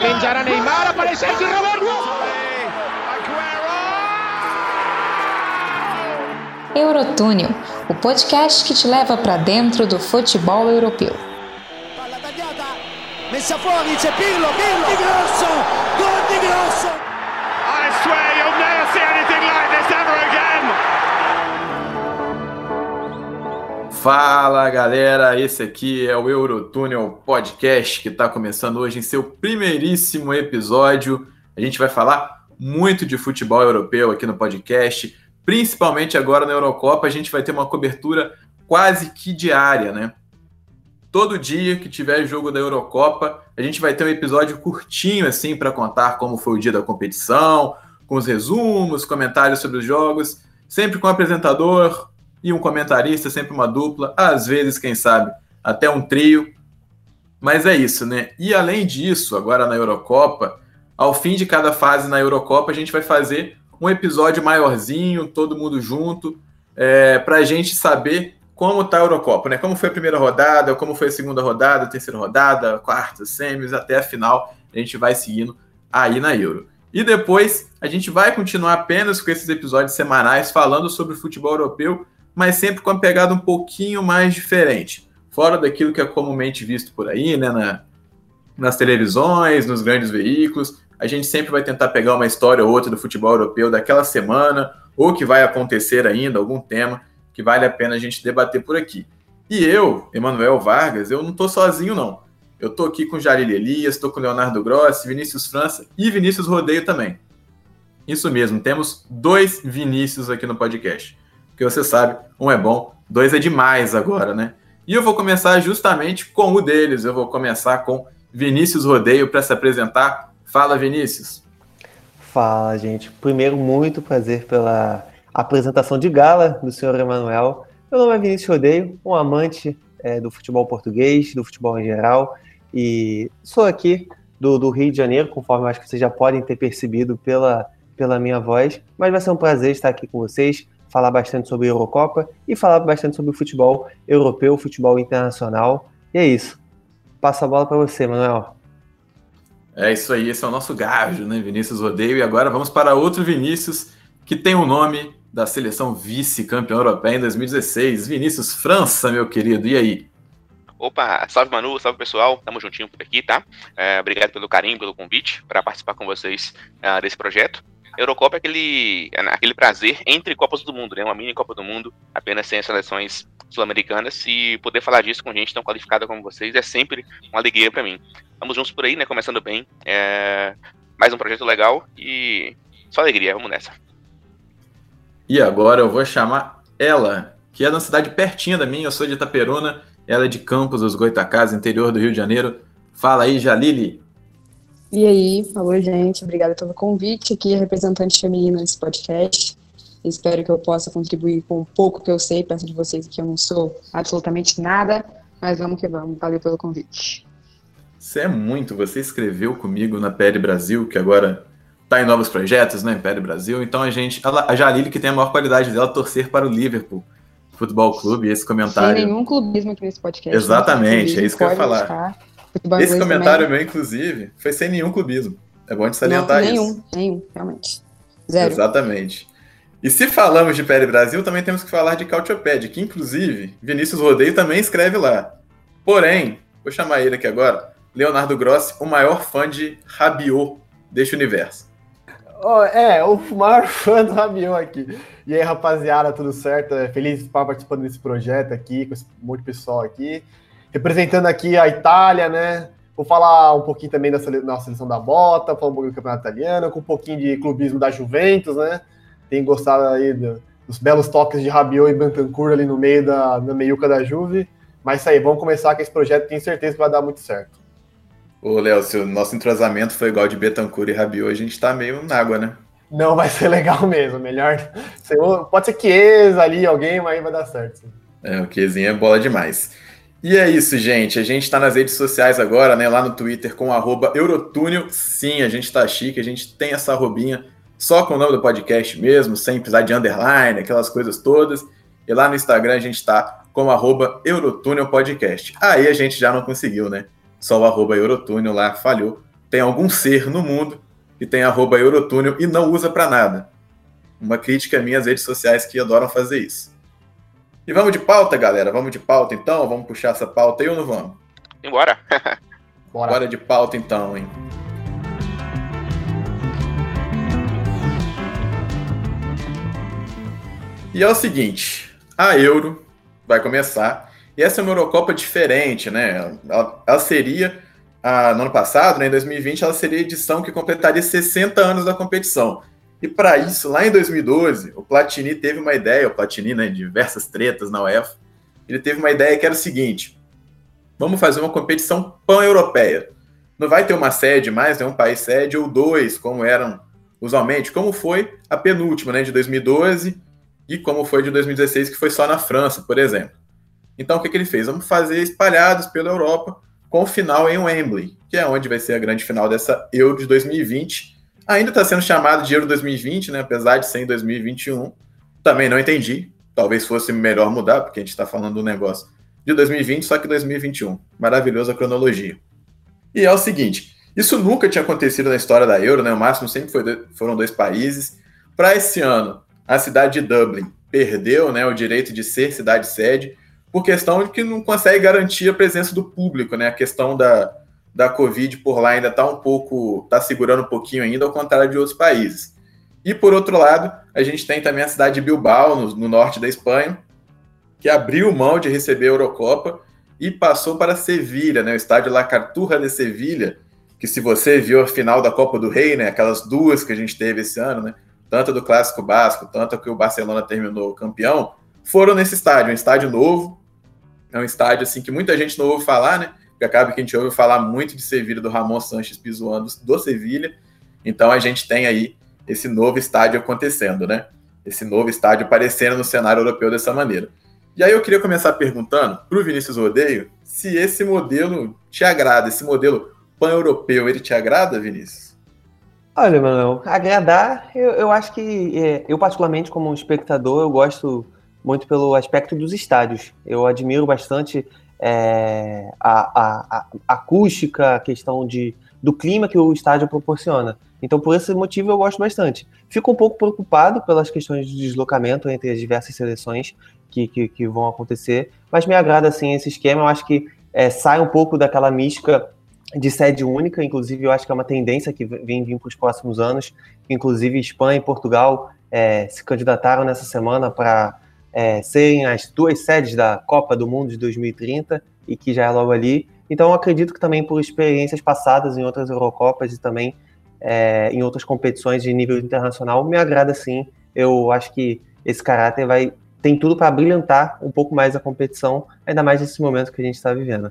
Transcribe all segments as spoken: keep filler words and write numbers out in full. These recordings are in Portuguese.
Spingerà Neymar, aparece aqui Roberto. Eurotúnel, o podcast que te leva para dentro do futebol europeu. Palla tagliata, messa fuori, c'è Pirlo, Pirlo, Di Grosso, gol di Grosso. I swear you'll never see anything like this ever again. Fala galera, esse aqui é o Eurotúnel Podcast que está começando hoje em seu primeiríssimo episódio. A gente vai falar muito de futebol europeu aqui no podcast. Principalmente agora na Eurocopa, a gente vai ter uma cobertura quase que diária, né? Todo dia que tiver jogo da Eurocopa, a gente vai ter um episódio curtinho, assim, para contar como foi o dia da competição, com os resumos, comentários sobre os jogos, sempre com um apresentador e um comentarista, sempre uma dupla, às vezes, quem sabe, até um trio. Mas é isso, né? E além disso, agora na Eurocopa, ao fim de cada fase na Eurocopa, a gente vai fazer um episódio maiorzinho, todo mundo junto, é, para a gente saber como está a Eurocopa, né? Como foi a primeira rodada, como foi a segunda rodada, a terceira rodada, a quarta, semis, até a final. A gente vai seguindo aí na Euro. E depois a gente vai continuar apenas com esses episódios semanais falando sobre o futebol europeu, mas sempre com uma pegada um pouquinho mais diferente. Fora daquilo que é comumente visto por aí, né? Na, nas televisões, nos grandes veículos. A gente sempre vai tentar pegar uma história ou outra do futebol europeu daquela semana, ou que vai acontecer ainda, algum tema que vale a pena a gente debater por aqui. E eu, Emanuel Vargas, eu não estou sozinho, não. Eu estou aqui com Jalil Elias, estou com Leonardo Grossi, Vinícius França e Vinícius Rodeio também. Isso mesmo, temos dois Vinícius aqui no podcast. Porque você sabe, um é bom, dois é demais agora, né? E eu vou começar justamente com o deles. Eu vou começar com Vinícius Rodeio para se apresentar. Fala, Vinícius. Fala, gente. Primeiro, muito prazer pela apresentação de gala do senhor Emanuel. Meu nome é Vinícius Rodeio, um amante é, do futebol português, do futebol em geral, e sou aqui do, do Rio de Janeiro, conforme eu acho que vocês já podem ter percebido pela, pela minha voz, mas vai ser um prazer estar aqui com vocês, falar bastante sobre a Eurocopa e falar bastante sobre o futebol europeu, futebol internacional, e é isso. Passo a bola para você, Manuel. É isso aí, esse é o nosso gajo, né, Vinícius Rodeio. E agora vamos para outro Vinícius, que tem o nome da seleção vice-campeã europeia em dois mil e dezesseis. Vinícius França, meu querido, e aí? Opa, salve Manu, salve pessoal, tamo juntinho por aqui, tá? É, obrigado pelo carinho, pelo convite, para participar com vocês uh, desse projeto. Eurocopa é aquele, é aquele prazer entre Copas do Mundo, né? Uma mini Copa do Mundo, apenas sem as seleções sul-americanas, e poder falar disso com gente tão qualificada como vocês é sempre uma alegria para mim. Estamos juntos por aí, né? Começando bem. É... Mais um projeto legal e só alegria, vamos nessa. E agora eu vou chamar ela, que é de uma cidade pertinha da minha, eu sou de Itaperuna, ela é de Campos dos Goytacazes, interior do Rio de Janeiro. Fala aí, Jalili. E aí, falou, gente, obrigada pelo convite, aqui representante feminina nesse podcast. Espero que eu possa contribuir com um pouco que eu sei, peço de vocês que eu não sou absolutamente nada, mas vamos que vamos, valeu pelo convite. Você é muito, você escreveu comigo na P L Brasil, que agora está em novos projetos, né, em P L Brasil, então a gente, a Jalili, que tem a maior qualidade dela, torcer para o Liverpool Futebol Clube, esse comentário... Sem nenhum clubismo aqui nesse podcast. Exatamente, é isso que eu ia falar. Esse comentário também. meu, inclusive, foi sem nenhum clubismo, é bom de salientar não, nenhum, isso. Nenhum, nenhum, realmente. Zero. Exatamente. E se falamos de P L Brasil, também temos que falar de Cautiopédia, que inclusive Vinícius Rodeio também escreve lá. Porém, vou chamar ele aqui agora, Leonardo Grossi, o maior fã de Rabiot deste universo. Oh, é, o maior fã do Rabiot aqui. E aí, rapaziada, tudo certo? Feliz de estar participando desse projeto aqui, com esse monte de pessoal aqui. Representando aqui a Itália, né? Vou falar um pouquinho também da nossa seleção da bota, falar um pouquinho do campeonato italiano, com um pouquinho de clubismo da Juventus, né? Tem gostado aí do, dos belos toques de Rabiot e Bentancur ali no meio da na meiuca da Juve. Mas isso aí, vamos começar com esse projeto, tenho certeza que vai dar muito certo. Ô, Léo, se o nosso entrosamento foi igual de Bentancur e Rabiot, a gente tá meio na água, né? Não, vai ser legal mesmo, melhor... Pode ser Chiesa ali, alguém, mas aí vai dar certo. Sim. É, o Chiesinha é bola demais. E é isso, gente, a gente tá nas redes sociais agora, né, lá no Twitter com arroba Eurotúnel. Sim, a gente tá chique, a gente tem essa arrobinha só com o nome do podcast mesmo, sem precisar de underline, aquelas coisas todas. E lá no Instagram a gente tá com arroba Eurotúnel Podcast. Aí a gente já não conseguiu, né? Só o arroba Eurotúnel lá falhou. tem algum ser no mundo que tem arroba Eurotúnel e não usa para nada. Uma crítica minha às redes sociais que adoram fazer isso. E vamos de pauta, galera? Vamos de pauta, então? Vamos puxar essa pauta aí ou não vamos? Embora. Bora. Bora de pauta, então, hein? E é o seguinte, a Euro vai começar, e essa é uma Eurocopa diferente, né? Ela, ela seria, ah, no ano passado, né, em dois mil e vinte, ela seria a edição que completaria sessenta anos da competição. E para isso, lá em dois mil e doze, o Platini teve uma ideia, o Platini, né, de diversas tretas na UEFA, ele teve uma ideia que era o seguinte, vamos fazer uma competição pan-europeia. Não vai ter uma sede mais, né, um país sede, ou dois, como eram usualmente, como foi a penúltima, né, de dois mil e doze, e como foi de dois mil e dezesseis, que foi só na França, por exemplo. Então, o que, que ele fez? Vamos fazer espalhados pela Europa, com o final em Wembley, que é onde vai ser a grande final dessa Euro de dois mil e vinte. Ainda está sendo chamado de Euro dois mil e vinte, né? Apesar de ser em dois mil e vinte e um. Também não entendi. Talvez fosse melhor mudar, porque a gente está falando do negócio de dois mil e vinte, só que dois mil e vinte e um. Maravilhosa cronologia. E é o seguinte, isso nunca tinha acontecido na história da Euro, né? O máximo sempre foi, foram dois países. Para esse ano, a cidade de Dublin perdeu, né, o direito de ser cidade-sede por questão de que não consegue garantir a presença do público, né? A questão da, da Covid por lá ainda está um pouco, está segurando um pouquinho ainda, ao contrário de outros países. E, por outro lado, a gente tem também a cidade de Bilbao, no, no norte da Espanha, que abriu mão de receber a Eurocopa e passou para Sevilha, né? O estádio La Cartuja de Sevilha, que se você viu a final da Copa do Rei, né? Aquelas duas que a gente teve esse ano, né? Tanto do Clássico Basco, tanto que o Barcelona terminou campeão, foram nesse estádio, um estádio novo, é um estádio assim que muita gente não ouve falar, né? Porque acaba que a gente ouve falar muito de Sevilha, do Ramon Sánchez Pizjuan, do Sevilha, então a gente tem aí esse novo estádio acontecendo, né? Esse novo estádio aparecendo no cenário europeu dessa maneira. E aí eu queria começar perguntando para o Vinícius Rodeio se esse modelo te agrada, esse modelo pan-europeu, ele te agrada, Vinícius? Olha, Manuel, agradar, eu, eu acho que, é, eu particularmente como espectador, eu gosto muito pelo aspecto dos estádios. Eu admiro bastante é, a, a, a acústica, a questão de, do clima que o estádio proporciona. Então, por esse motivo, eu gosto bastante. Fico um pouco preocupado pelas questões de deslocamento entre as diversas seleções que, que, que vão acontecer, mas me agrada, assim, esse esquema. Eu acho que é, sai um pouco daquela mística de sede única, inclusive eu acho que é uma tendência que vem vir para os próximos anos, inclusive Espanha e Portugal é, se candidataram nessa semana para é, serem as duas sedes da Copa do Mundo de dois mil e trinta, e que já é logo ali. Então eu acredito que também por experiências passadas em outras Eurocopas e também é, em outras competições de nível internacional, me agrada sim. Eu acho que esse caráter vai, tem tudo para brilhantar um pouco mais a competição, ainda mais nesse momento que a gente está vivendo.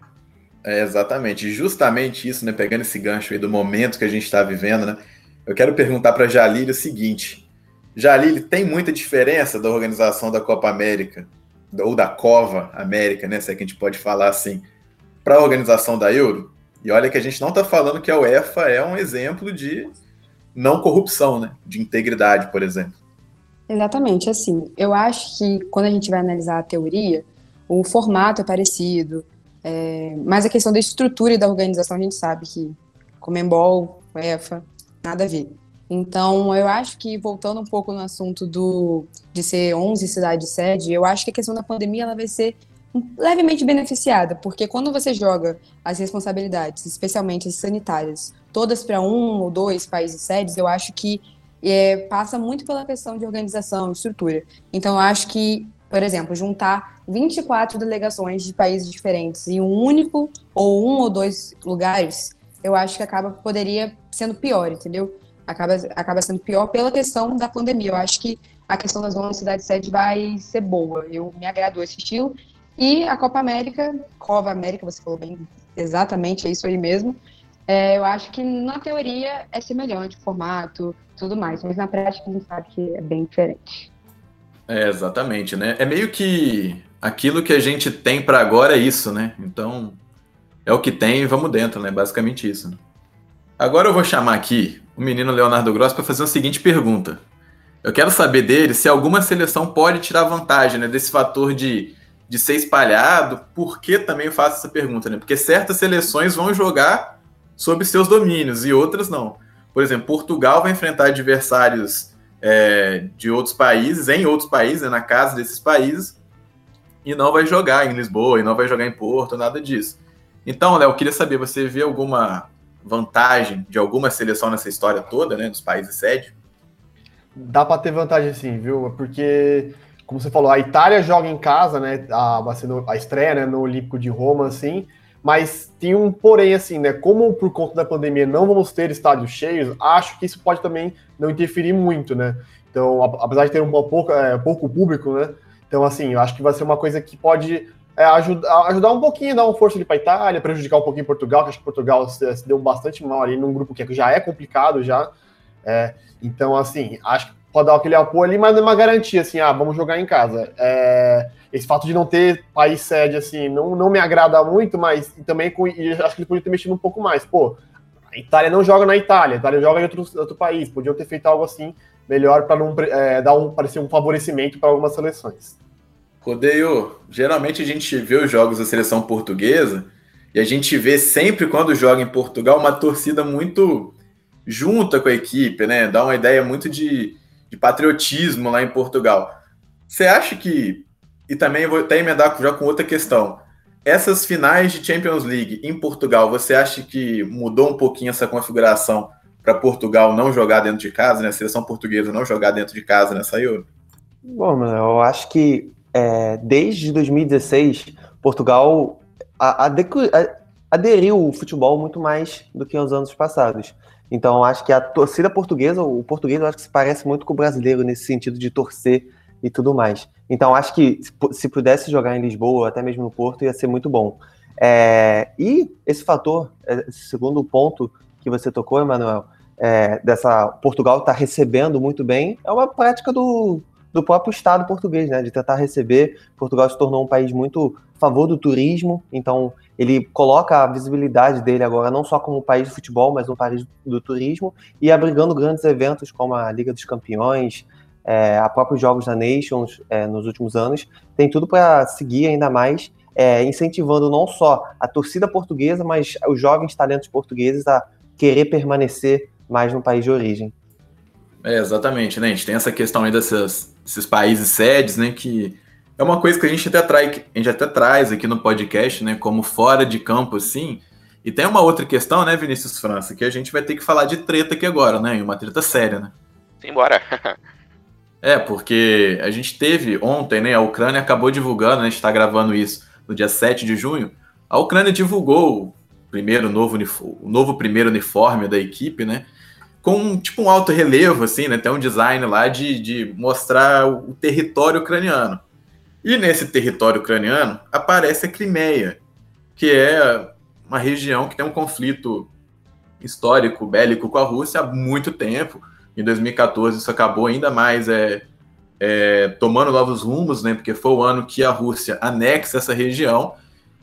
É exatamente, justamente isso, né? Pegando esse gancho aí do momento que a gente está vivendo, né? Eu quero perguntar para a Jalília o seguinte: Jalília, tem muita diferença da organização da Copa América, ou da Cova América, né? Se é que a gente pode falar assim, para a organização da Euro? E olha que a gente não está falando que a UEFA é um exemplo de não corrupção, né? De integridade, por exemplo. Exatamente, assim, eu acho que quando a gente vai analisar a teoria, o formato é parecido. É, mas a questão da estrutura e da organização, a gente sabe que Conmebol, UEFA, nada a ver. Então, eu acho que, voltando um pouco no assunto do, de ser onze cidades-sede, eu acho que a questão da pandemia ela vai ser levemente beneficiada, porque quando você joga as responsabilidades, especialmente as sanitárias, todas para um ou dois países sedes, eu acho que é, passa muito pela questão de organização, estrutura. Então, eu acho que, por exemplo, juntar vinte e quatro delegações de países diferentes em um único ou um ou dois lugares, eu acho que acaba poderia sendo pior, entendeu? Acaba, acaba sendo pior pela questão da pandemia. Eu acho que a questão das onze cidades-sede vai ser boa. Eu me agradou esse estilo. E a Copa América, Copa América, você falou bem, exatamente, é isso aí mesmo. É, eu acho que na teoria é semelhante, o formato, tudo mais, mas na prática a gente sabe que é bem diferente. É, exatamente, né? É meio que aquilo que a gente tem para agora é isso, né? Então, é o que tem e vamos dentro, né? Basicamente isso. Né? Agora eu vou chamar aqui o menino Leonardo Gross para fazer a seguinte pergunta. Eu quero saber dele se alguma seleção pode tirar vantagem, né, desse fator de, de ser espalhado. Por que também eu faço essa pergunta, né? Porque certas seleções vão jogar sob seus domínios e outras não. Por exemplo, Portugal vai enfrentar adversários é, de outros países, em outros países, né, na casa desses países, e não vai jogar em Lisboa, e não vai jogar em Porto, nada disso. Então, Léo, eu queria saber, você vê alguma vantagem de alguma seleção nessa história toda, né, dos países sede? Dá para ter vantagem sim, viu? Porque, como você falou, a Itália joga em casa, né, a, a estreia, né, no Olímpico de Roma, assim, mas tem um porém, assim, né, como por conta da pandemia não vamos ter estádios cheios, acho que isso pode também não interferir muito, né? Então, apesar de ter um pouco, é, pouco público, né, então, assim, eu acho que vai ser uma coisa que pode é, ajudar, ajudar um pouquinho, dar uma força ali para a Itália, prejudicar um pouquinho Portugal, que acho que Portugal se, se deu bastante mal ali num grupo que já é complicado já. É, então, assim, acho que pode dar aquele apoio ali, mas não é uma garantia, assim, ah, vamos jogar em casa. É, esse fato de não ter país sede, assim, não, não me agrada muito, mas também com, e acho que eles podiam ter mexido um pouco mais. Pô, a Itália não joga na Itália, a Itália joga em outro, outro país, podiam ter feito algo assim melhor para não é, dar um, parecer um favorecimento para algumas seleções. Rodeio, geralmente a gente vê os jogos da seleção portuguesa e a gente vê sempre quando joga em Portugal uma torcida muito junta com a equipe, né? Dá uma ideia muito de, de patriotismo lá em Portugal. Você acha que, e também vou até emendar já com outra questão, essas finais de Champions League em Portugal, você acha que mudou um pouquinho essa configuração para Portugal não jogar dentro de casa, né? A seleção portuguesa não jogar dentro de casa nessa Euro? Bom, mano, eu acho que É, desde dois mil e dezesseis, Portugal a, a, a, aderiu o futebol muito mais do que nos anos passados. Então, acho que a torcida portuguesa, o português, eu acho que se parece muito com o brasileiro nesse sentido de torcer e tudo mais. Então, acho que se pudesse jogar em Lisboa, até mesmo no Porto, ia ser muito bom. É, e esse fator, esse segundo ponto que você tocou, Emanuel, é, dessa Portugal estar tá recebendo muito bem, é uma prática do do próprio Estado português, né, de tentar receber. Portugal se tornou um país muito a favor do turismo, então ele coloca a visibilidade dele agora não só como um país de futebol, mas um país do turismo, e abrigando grandes eventos como a Liga dos Campeões, é, a próprios Jogos da Nations é, nos últimos anos, tem tudo para seguir ainda mais, é, incentivando não só a torcida portuguesa, mas os jovens talentos portugueses a querer permanecer mais no país de origem. É, exatamente, né? A gente tem essa questão aí dessas, desses países sedes, né? Que é uma coisa que a gente até traz, a gente até traz aqui no podcast, né? Como fora de campo, assim. E tem uma outra questão, né, Vinícius França, que a gente vai ter que falar de treta aqui agora, né? E uma treta séria, né? Simbora. É, porque a gente teve ontem, né? A Ucrânia acabou divulgando, né? A gente está gravando isso no dia sete de junho. A Ucrânia divulgou o primeiro novo, o novo primeiro uniforme da equipe, né? Com tipo um alto relevo, assim, né? Tem um design lá de, de mostrar o território ucraniano. E nesse território ucraniano aparece a Crimeia, que é uma região que tem um conflito histórico, bélico com a Rússia há muito tempo. Em dois mil e catorze isso acabou ainda mais é, é, tomando novos rumos, né? Porque foi o ano que a Rússia anexa essa região.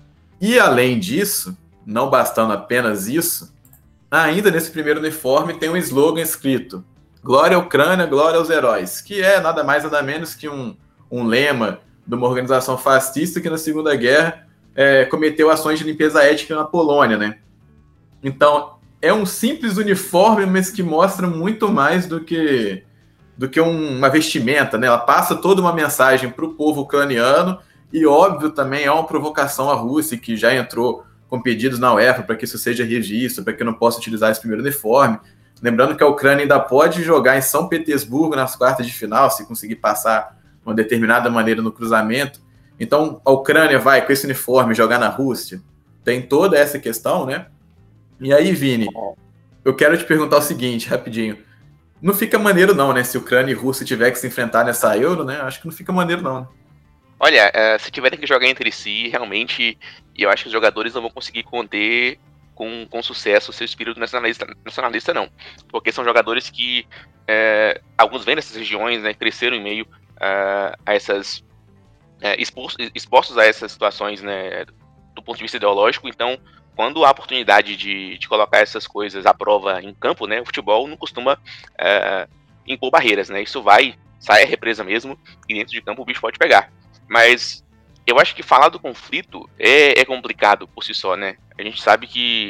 E além disso, não bastando apenas isso, ainda nesse primeiro uniforme tem um slogan escrito: Glória à Ucrânia, glória aos heróis, que é nada mais nada menos que um, um lema de uma organização fascista que na Segunda Guerra é, cometeu ações de limpeza étnica na Polônia, né? Então, é um simples uniforme, mas que mostra muito mais do que, do que um, uma vestimenta, né? Ela passa toda uma mensagem para o povo ucraniano e, óbvio, também é uma provocação à Rússia, que já entrou com pedidos na UEFA para que isso seja revisto, para que não possa utilizar esse primeiro uniforme. Lembrando que a Ucrânia ainda pode jogar em São Petersburgo nas quartas de final, se conseguir passar de uma determinada maneira no cruzamento. Então, a Ucrânia vai com esse uniforme jogar na Rússia. Tem toda essa questão, né? E aí, Vini, eu quero te perguntar o seguinte, rapidinho. Não fica maneiro não, né? Se Ucrânia e Rússia tiver que se enfrentar nessa Euro, né? Acho que não fica maneiro não, né? Olha, uh, se tiverem que jogar entre si, realmente, eu acho que os jogadores não vão conseguir conter com, com sucesso o seu espírito nacionalista, nacionalista, não. Porque são jogadores que, uh, alguns vêm dessas regiões, né, cresceram em meio uh, a essas, uh, expostos, expostos a essas situações, né, do ponto de vista ideológico. Então, quando há oportunidade de, de colocar essas coisas à prova em campo, né, o futebol não costuma uh, impor barreiras, né, isso vai, sai a represa mesmo, e dentro de campo o bicho pode pegar. Mas eu acho que falar do conflito é, é complicado por si só, né? A gente sabe que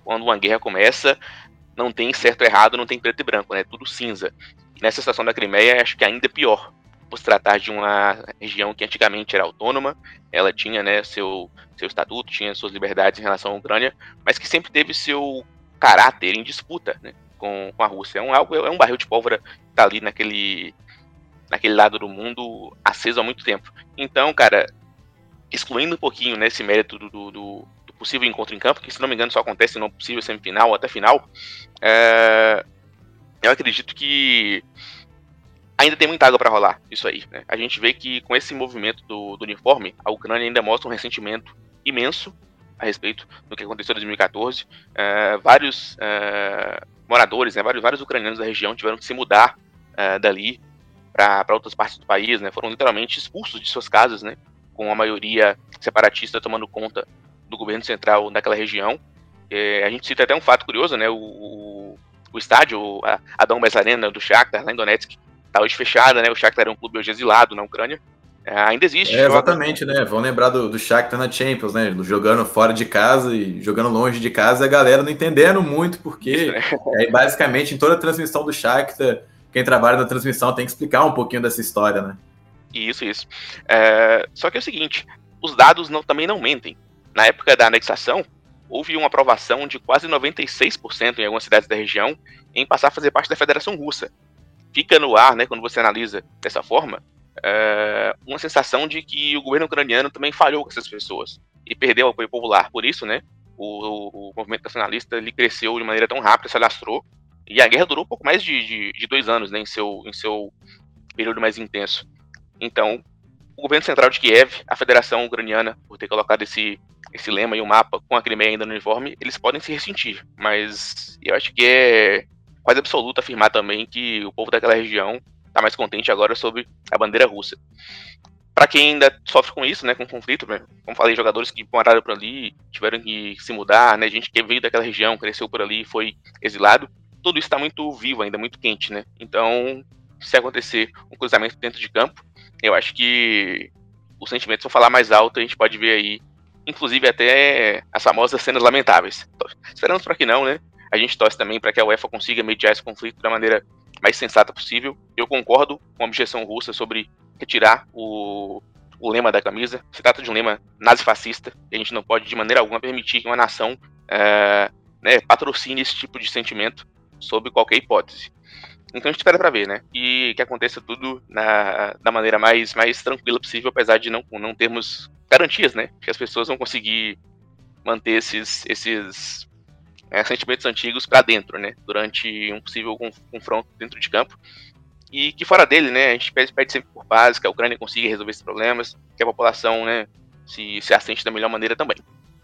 quando uma guerra começa, não tem certo ou errado, não tem preto e branco, né? Tudo cinza. E nessa situação da Crimeia, acho que ainda é pior, por se tratar de uma região que antigamente era autônoma, ela tinha, né, seu, seu estatuto, tinha suas liberdades em relação à Ucrânia, mas que sempre teve seu caráter em disputa, né, com, com a Rússia. É um, algo, é um barril de pólvora que está ali naquele, naquele lado do mundo aceso há muito tempo. Então, cara, excluindo um pouquinho, né, esse mérito do, do, do possível encontro em campo, que se não me engano só acontece no possível semifinal ou até final, é, eu acredito que ainda tem muita água para rolar, isso aí, né? A gente vê que com esse movimento do, do uniforme, a Ucrânia ainda mostra um ressentimento imenso a respeito do que aconteceu em dois mil e catorze. Uh, vários uh, moradores, né, vários, vários ucranianos da região tiveram que se mudar uh, dali para outras partes do país, né? Foram literalmente expulsos de suas casas, né? Com a maioria separatista tomando conta do governo central daquela região. Uh, a gente cita até um fato curioso, né? O, o, o estádio, a, a Donbass Arena do Shakhtar, lá em Donetsk, tá hoje fechada, né? O Shakhtar era um clube hoje exilado na Ucrânia. É, ainda existe. É, exatamente, né? Vão lembrar do, do Shakhtar na Champions, né? Jogando fora de casa e jogando longe de casa, a galera não entendendo muito, porque isso, né? Aí, basicamente, em toda a transmissão do Shakhtar, quem trabalha na transmissão tem que explicar um pouquinho dessa história, né? Isso, isso. É, só que é o seguinte, os dados não, também não mentem. Na época da anexação, houve uma aprovação de quase noventa e seis por cento em algumas cidades da região em passar a fazer parte da Federação Russa. Fica no ar, né, quando você analisa dessa forma, é, uma sensação de que o governo ucraniano também falhou com essas pessoas e perdeu o apoio popular. Por isso, né, o, o movimento nacionalista ele cresceu de maneira tão rápida, se alastrou, e a guerra durou pouco mais de, de, de dois anos, né, em seu, em seu período mais intenso. Então, o governo central de Kiev, a Federação Ucraniana, por ter colocado esse, esse lema e o mapa com a Crimeia ainda no uniforme, eles podem se ressentir, mas eu acho que é quase absoluto afirmar também que o povo daquela região está mais contente agora sobre a bandeira russa. Para quem ainda sofre com isso, né, com conflito, né, como falei, jogadores que moraram por ali, tiveram que se mudar, né, gente que veio daquela região, cresceu por ali, foi exilado, tudo isso está muito vivo ainda, muito quente, né? Então, se acontecer um cruzamento dentro de campo, eu acho que os sentimentos vão falar mais alto, a gente pode ver aí, inclusive até as famosas cenas lamentáveis. Esperamos para que não, né? A gente torce também para que a UEFA consiga mediar esse conflito da maneira mais sensata possível. Eu concordo com a objeção russa sobre retirar o, o lema da camisa. Se trata de um lema nazifascista, e a gente não pode de maneira alguma permitir que uma nação é, né, patrocine esse tipo de sentimento sob qualquer hipótese. Então a gente espera para ver, né? E que aconteça tudo na, da maneira mais, mais tranquila possível, apesar de não, não termos garantias, né? Que as pessoas vão conseguir manter esses, esses é, sentimentos antigos para dentro, né? Durante um possível confronto dentro de campo. E que fora dele, né? A gente pede, pede sempre por paz, que a Ucrânia consiga resolver esses problemas, que a população, né, se, se assente da melhor maneira também.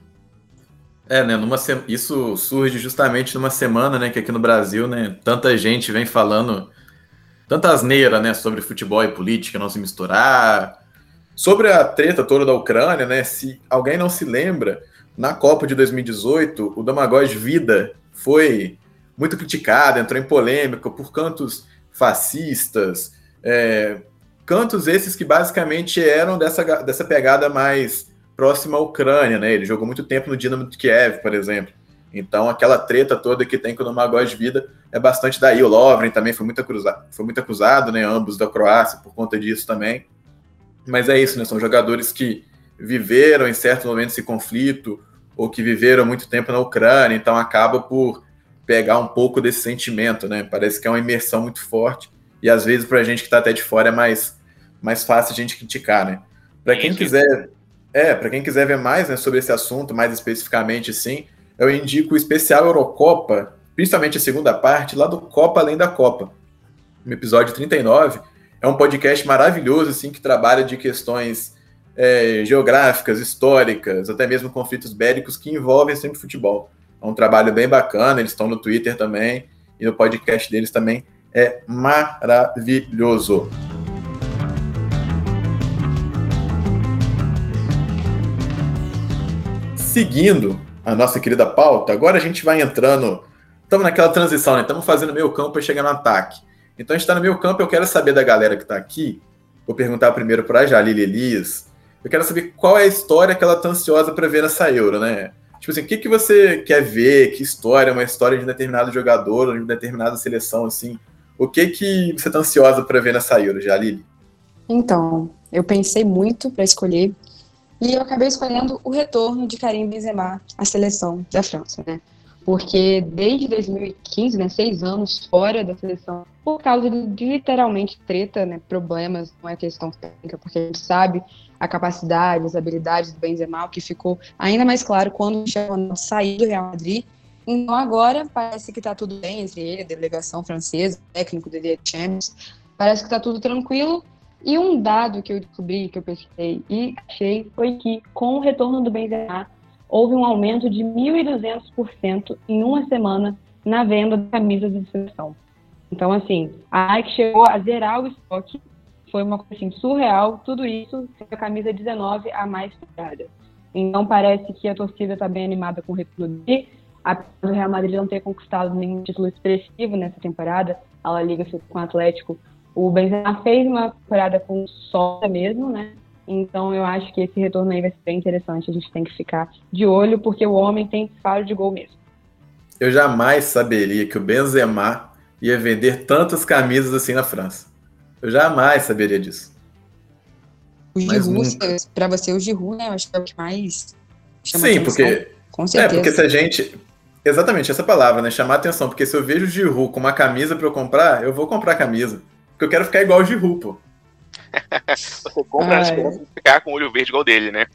É, né, numa se... isso surge justamente numa semana, né, que aqui no Brasil, né, tanta gente vem falando, tanta asneira, né, sobre futebol e política, não se misturar, sobre a treta toda da Ucrânia, né, se alguém não se lembra, na Copa de dois mil e dezoito, o Domagoj Vida foi muito criticado, entrou em polêmica por cantos fascistas, é, cantos esses que basicamente eram dessa, dessa pegada mais próxima à Ucrânia, né? Ele jogou muito tempo no Dinamo de Kiev, por exemplo. Então, aquela treta toda que tem com o Domagoj Vida é bastante daí. O Lovren também foi muito acusado, foi muito acusado, né? Ambos da Croácia por conta disso também. Mas é isso, né? São jogadores que viveram em certo momento esse conflito ou que viveram muito tempo na Ucrânia, então acaba por pegar um pouco desse sentimento, né? Parece que é uma imersão muito forte e às vezes para a gente que está até de fora é mais, mais fácil a gente criticar, né? Para quem quiser... É, para quem quiser ver mais, né, sobre esse assunto, mais especificamente, sim, eu indico o especial Eurocopa, principalmente a segunda parte, lá do Copa Além da Copa. No episódio trinta e nove, é um podcast maravilhoso, assim, que trabalha de questões é, geográficas, históricas, até mesmo conflitos bélicos que envolvem sempre futebol. É um trabalho bem bacana, eles estão no Twitter também, e no podcast deles também é maravilhoso. Seguindo a nossa querida pauta, agora a gente vai entrando, estamos naquela transição, né? Estamos fazendo meio campo e chegando no ataque. Então a gente está no meio campo, eu quero saber da galera que está aqui, vou perguntar primeiro para a Jalile Elias, eu quero saber qual é a história que ela está ansiosa para ver nessa Euro, né? Tipo assim, o que, que você quer ver? Que história? Uma história de um determinado jogador ou de uma determinada seleção, assim? O que que você tá ansiosa para ver nessa Euro, já, Lili? Então, eu pensei muito para escolher e eu acabei escolhendo o retorno de Karim Benzema à seleção da França, né? Porque desde dois mil e quinze, né, seis anos fora da seleção, por causa de, de literalmente treta, né, problemas, não é questão técnica, porque a gente sabe a capacidade, as habilidades do Benzema, o que ficou ainda mais claro quando o Cristiano Ronaldo saiu do Real Madrid. Então agora parece que está tudo bem entre ele, a delegação francesa, o técnico do Didier Deschamps, parece que está tudo tranquilo. E um dado que eu descobri, que eu pesquisei e achei, foi que com o retorno do Benzema, houve um aumento de mil e duzentos por cento em uma semana na venda de camisas de seleção. Então, assim, a Nike chegou a zerar o estoque, foi uma coisa assim, surreal, tudo isso sendo a camisa dezenove a mais comprada. Então, parece que a torcida está bem animada com o retorno dele, apesar do Real Madrid não ter conquistado nenhum título expressivo nessa temporada, a La Liga ficou com o Atlético, o Benzema fez uma temporada com sorte mesmo, né? Então eu acho que esse retorno aí vai ser bem interessante. A gente tem que ficar de olho, porque o homem tem faro de gol mesmo. Eu jamais saberia que o Benzema ia vender tantas camisas assim na França. Eu jamais saberia disso. O Giroud, para você, o Giroud, né? Eu acho que é o que mais chama Sim, atenção. porque... Com certeza. É, porque se a gente... Exatamente, essa palavra, né? Chamar atenção. Porque se eu vejo o Giroud com uma camisa para eu comprar, eu vou comprar a camisa. Porque eu quero ficar igual o Giroud, pô. Você compra as coisas e ficar com o olho verde igual dele, né?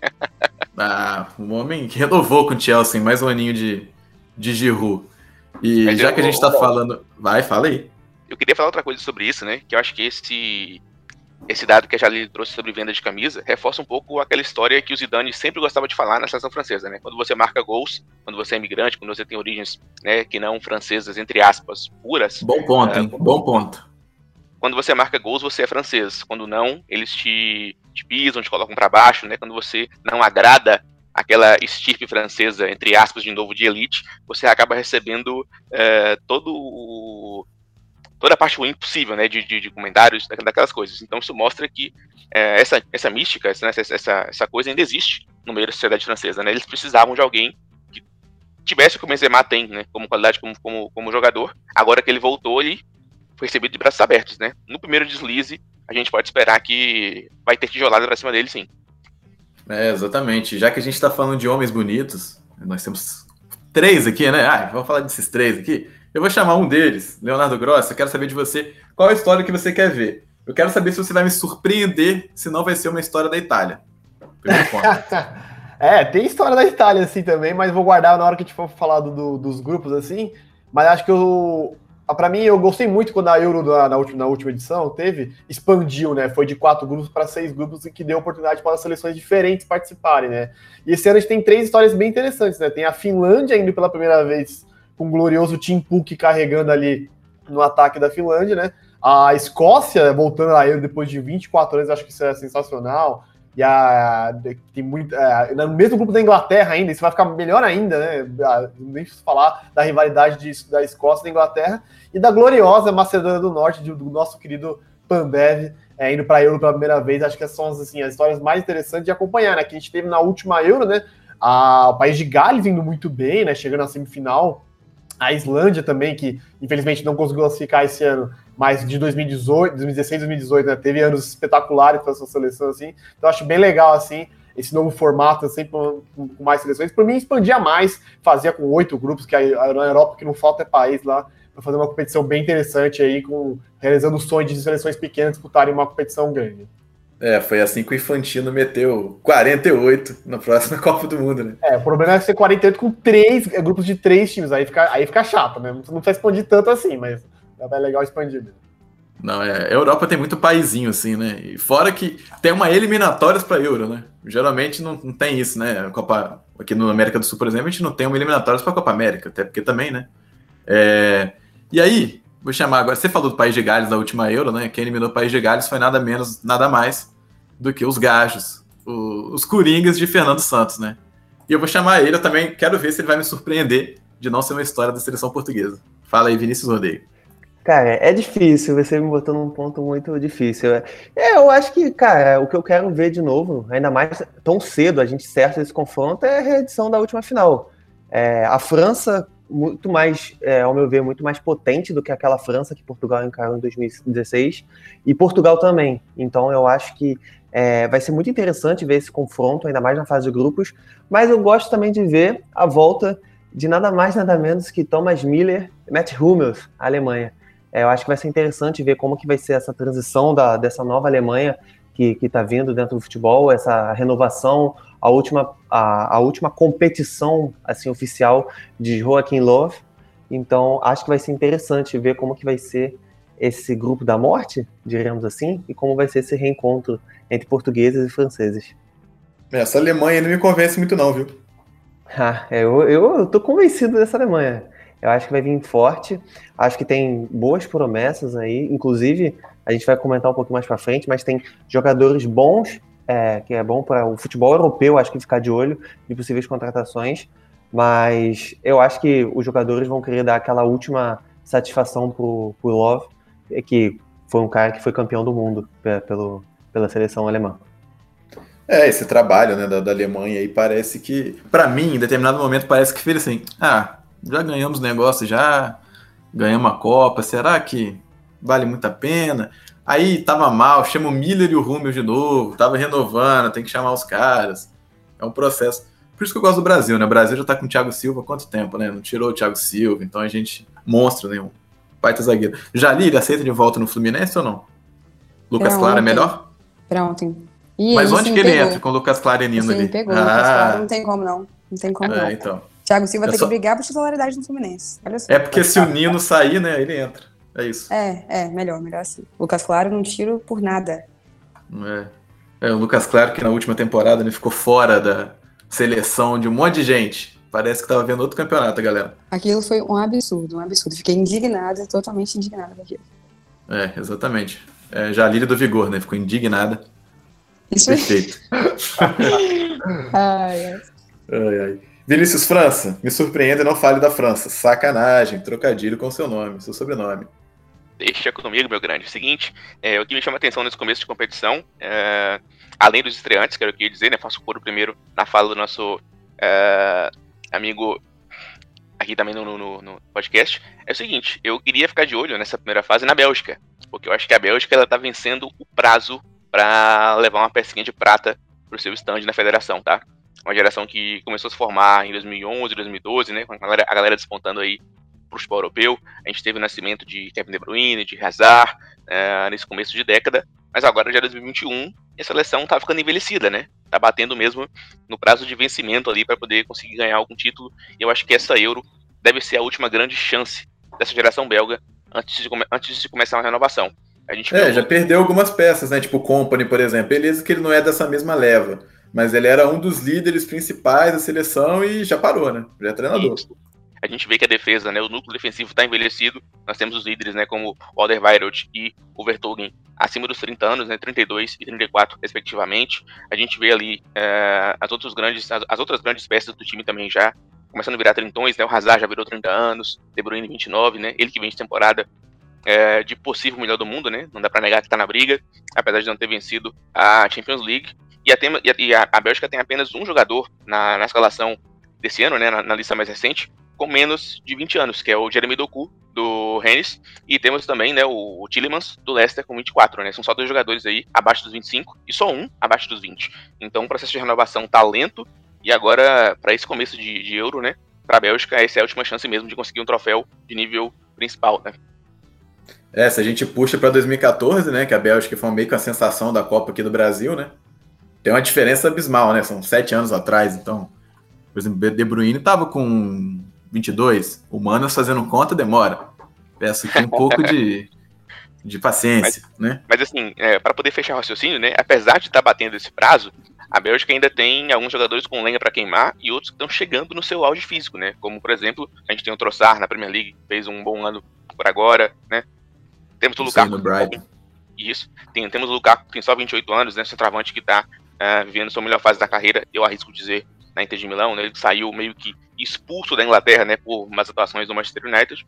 Ah, o homem renovou com o Chelsea, mais um aninho de, de Giroud. E Mas já eu, que a gente tá eu, falando... Vai, fala aí. Eu queria falar outra coisa sobre isso, né? Que eu acho que esse, esse dado que a Jalili trouxe sobre venda de camisa reforça um pouco aquela história que o Zidane sempre gostava de falar na seleção francesa, né? Quando você marca gols, quando você é imigrante, quando você tem origens, né, que não francesas, entre aspas, puras... Bom ponto, hein? Uh, Bom ponto. Quando você marca gols, você é francês. Quando não, eles te, te pisam, te colocam para baixo, né? Quando você não agrada aquela estirpe francesa, entre aspas, de novo, de elite, você acaba recebendo é, todo o, toda a parte ruim possível, né? De, de, de comentários, daquelas coisas. Então isso mostra que é, essa, essa mística, essa, essa, essa coisa ainda existe no meio da sociedade francesa, né? Eles precisavam de alguém que tivesse o que o Benzema tem, né? Como qualidade como, como, como jogador. Agora que ele voltou, ele foi recebido de braços abertos, né? No primeiro deslize, a gente pode esperar que vai ter tijolada pra cima dele, sim. É, exatamente. Já que a gente tá falando de homens bonitos, nós temos três aqui, né? Ah, vamos falar desses três aqui. Eu vou chamar um deles, Leonardo Gross. Eu quero saber de você qual a história que você quer ver. Eu quero saber se você vai me surpreender, se não vai ser uma história da Itália. Primeiro ponto. É, tem história da Itália, assim, também, mas vou guardar na hora que a gente for falar do, do, dos grupos, assim. Mas acho que eu... Pra mim, eu gostei muito quando a Euro na, na, última, na última edição teve, expandiu, né? Foi de quatro grupos para seis grupos e que deu oportunidade para as seleções diferentes participarem, né? E esse ano a gente tem três histórias bem interessantes, né? Tem a Finlândia indo pela primeira vez com o glorioso Tim Puk carregando ali no ataque da Finlândia, né? A Escócia voltando à Euro depois de vinte e quatro anos, acho que isso é sensacional. E a, tem muito, é, no mesmo grupo da Inglaterra ainda, isso vai ficar melhor ainda, né? Nem preciso falar da rivalidade de, da Escócia e da Inglaterra e da gloriosa Macedônia do Norte, do, do nosso querido Pandev, é, indo para a Euro pela primeira vez. Acho que essas são assim, as histórias mais interessantes de acompanhar, né? Que a gente teve na última Euro, né? A, o país de Gales indo muito bem, né? Chegando na semifinal. A Islândia também, que infelizmente não conseguiu classificar esse ano, mas de dois mil e dezoito, dois mil e dezesseis, dois mil e dezoito, né, teve anos espetaculares para essa seleção, assim. Então acho bem legal, assim, esse novo formato, sempre com, com mais seleções. Para mim, expandia mais, fazia com oito grupos, que a, na Europa, que não falta é país lá, para fazer uma competição bem interessante aí, com, realizando o sonho de seleções pequenas disputarem uma competição grande. É, foi assim que o Infantino meteu quarenta e oito na próxima Copa do Mundo, né? É, o problema é ser quarenta e oito com três é, grupos de três times, aí fica, aí fica chato, né? Não precisa expandir tanto assim, mas é legal expandir mesmo. Não, é, a Europa tem muito paizinho, assim, né? E fora que tem uma eliminatórias para Euro, né? Geralmente não, não tem isso, né? A Copa, aqui no América do Sul, por exemplo, a gente não tem uma eliminatórias para a Copa América, até porque também, né? É, e aí, vou chamar agora, você falou do País de Gales da última Euro, né? Quem eliminou o País de Gales foi nada menos, nada mais do que os gajos, o, os coringas de Fernando Santos, né? E eu vou chamar ele, eu também quero ver se ele vai me surpreender de não ser uma história da seleção portuguesa. Fala aí, Vinícius Rodeio. Cara, é difícil, você me botou num ponto muito difícil. É, eu acho que, cara, o que eu quero ver de novo, ainda mais tão cedo, a gente certo desse confronto, é a reedição da última final. É, a França, muito mais, é, ao meu ver, muito mais potente do que aquela França que Portugal encarou em dois mil e dezesseis, e Portugal também. Então eu acho que é, vai ser muito interessante ver esse confronto, ainda mais na fase de grupos, mas eu gosto também de ver a volta de nada mais, nada menos que Thomas Müller e Mats Hummels, a Alemanha. É, eu acho que vai ser interessante ver como que vai ser essa transição da, dessa nova Alemanha que está vindo dentro do futebol, essa renovação, a última, a, a última competição assim, oficial de Joachim Löw. Então, acho que vai ser interessante ver como que vai ser esse grupo da morte, diremos assim, e como vai ser esse reencontro entre portugueses e franceses. Essa Alemanha não me convence muito não, viu? Ah, eu, eu, eu tô convencido dessa Alemanha. Eu acho que vai vir forte, acho que tem boas promessas aí, inclusive a gente vai comentar um pouco mais para frente, mas tem jogadores bons, é, que é bom para o futebol europeu, acho que ficar de olho de possíveis contratações, mas eu acho que os jogadores vão querer dar aquela última satisfação pro, pro Löw, que foi um cara que foi campeão do mundo pelo, pela seleção alemã. É, esse trabalho, né, da, da Alemanha aí parece que, para mim, em determinado momento, parece que fez assim, ah, já ganhamos negócio, já ganhamos a Copa, será que vale muito a pena? Aí tava mal, chama o Müller e o Hummels de novo, tava renovando, tem que chamar os caras, é um processo. Por isso que eu gosto do Brasil, né, o Brasil já tá com o Thiago Silva há quanto tempo, né, não tirou o Thiago Silva, então a gente, monstro nenhum, baita zagueiro. Jali, ele aceita de volta no Fluminense ou não? Lucas Pra Claro é ontem. melhor? Pra ontem. Ih, Mas aí onde sim que ele pegou. entra com o Lucas Claro e Nino Sim, ali? pegou. Ah, Lucas Claro não tem como não. Não tem como é, não. então. Thiago Silva É tem só- que brigar por titularidade no Fluminense. Olha só. É porque se o Nino sair, né, ele entra. É isso. É, é, melhor, melhor assim. Lucas Claro não tiro por nada. É. É, o Lucas Claro, que na última temporada ele ficou fora da seleção de um monte de gente. Parece que tava vendo outro campeonato, galera. Aquilo foi um absurdo, um absurdo. Fiquei indignada, totalmente indignada com aquilo. É, exatamente. É, Jalília do Vigor, né? Ficou indignada. Isso aí. Perfeito. Ai, ai. Ai, ai. Vinícius França, me surpreenda e não fale da França. Sacanagem, trocadilho com seu nome, seu sobrenome. Deixa comigo, meu grande. Seguinte, é, o que me chama a atenção nesse começo de competição, é, além dos estreantes, que era o que eu ia dizer, né? Faço coro primeiro na fala do nosso é, amigo aqui também no, no, no podcast. É o seguinte, eu queria ficar de olho nessa primeira fase na Bélgica, porque eu acho que a Bélgica ela tá vencendo o prazo para levar uma pecinha de prata pro seu stand na federação, tá? Uma geração que começou a se formar em dois mil e onze, dois mil e doze, né? Com a galera, a galera despontando aí pro futebol europeu. A gente teve o nascimento de Kevin De Bruyne, de Hazard, é, nesse começo de década. Mas agora já é dois mil e vinte e um e a seleção tá ficando envelhecida, né? Tá batendo mesmo no prazo de vencimento ali para poder conseguir ganhar algum título. E eu acho que essa Euro deve ser a última grande chance dessa geração belga antes de, come- antes de começar uma renovação. A gente É, viu- já perdeu algumas peças, né? Tipo o Company, por exemplo. Beleza que ele não é dessa mesma leva, mas ele era um dos líderes principais da seleção e já parou, né? Já é treinador. Isso. A gente vê que a defesa, né, o núcleo defensivo está envelhecido. Nós temos os líderes, né, como o Alderweireld e o Vertonghen, acima dos trinta anos, né, trinta e dois e trinta e quatro, respectivamente. A gente vê ali é, as, outros grandes, as, as outras grandes peças do time também já começando a virar trintões, né? O Hazard já virou trinta anos, De Bruyne vinte e nove, né? Ele que vem de temporada é, de possível melhor do mundo, né? Não dá pra negar que tá na briga, apesar de não ter vencido a Champions League. E a, tema, e a, a Bélgica tem apenas um jogador na, na escalação desse ano, né? Na, na lista mais recente, com menos de vinte anos, que é o Jeremy Doku, do Rennes, e temos também, né, o, o Tielemans, do Leicester, com vinte e quatro, né, são só dois jogadores aí abaixo dos vinte e cinco, e só um abaixo dos vinte, então o processo de renovação tá lento, e agora, para esse começo de, de Euro, né, pra Bélgica, essa é a última chance mesmo de conseguir um troféu de nível principal, né. É, se a gente puxa para dois mil e quatorze, né, que a Bélgica foi meio que a sensação da Copa aqui do Brasil, né, tem uma diferença abismal, né, são sete anos atrás, então, por exemplo, De Bruyne tava com vinte e dois, o Manas fazendo conta demora. Peço aqui um pouco de, de paciência, mas, né? Mas assim, é, para poder fechar o raciocínio, né, apesar de estar tá batendo esse prazo, a Bélgica ainda tem alguns jogadores com lenha para queimar e outros que estão chegando no seu auge físico, né? Como, por exemplo, a gente tem o Trossard na Premier League, fez um bom ano por agora, né? Temos o Lukaku. No Brighton. Isso. Tem, temos o Lukaku, que tem só vinte e oito anos, né? Centroavante que está uh, vivendo sua melhor fase da carreira, eu arrisco dizer, na Inter de Milão, né? Ele saiu meio que expulso da Inglaterra, né, por umas atuações do Manchester United,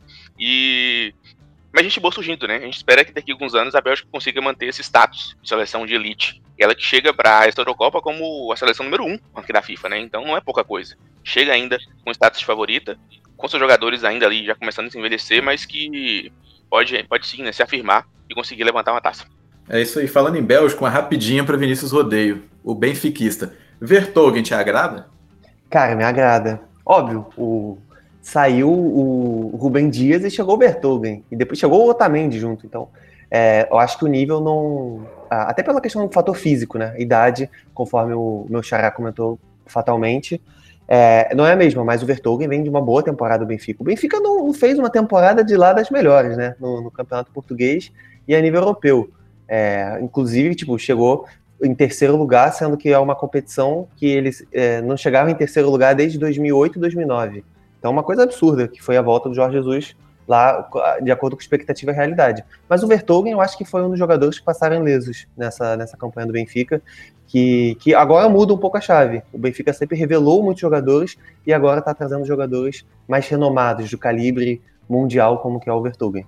e mas a gente boa surgindo, né, a gente espera que daqui a alguns anos a Bélgica consiga manter esse status de seleção de elite, ela que chega para esta Eurocopa como a seleção número um aqui da FIFA, né, então não é pouca coisa, chega ainda com status de favorita, com seus jogadores ainda ali já começando a se envelhecer, mas que pode, pode sim, né, se afirmar e conseguir levantar uma taça. É isso aí. Falando em Bélgica, uma rapidinha para Vinícius Rodeio, o benfiquista. Vertonghen te agrada? Cara, me agrada. Óbvio, o... saiu o Rubem Dias e chegou o Vertonghen. E depois chegou o Otamendi junto. Então, é, eu acho que o nível não... Até pela questão do fator físico, né? Idade, conforme o meu xará comentou fatalmente, é, não é a mesma, mas o Vertonghen vem de uma boa temporada do Benfica. O Benfica não, não fez uma temporada de lá das melhores, né? No, no Campeonato Português e a nível europeu. É, inclusive, tipo, chegou em terceiro lugar, sendo que é uma competição que eles é, não chegavam em terceiro lugar desde dois mil e oito e dois mil e nove. Então, uma coisa absurda, que foi a volta do Jorge Jesus lá, de acordo com expectativa e realidade. Mas o Vertonghen, eu acho que foi um dos jogadores que passaram ilesos nessa, nessa campanha do Benfica, que, que agora muda um pouco a chave. O Benfica sempre revelou muitos jogadores e agora está trazendo jogadores mais renomados, de calibre mundial, como que é o Vertonghen.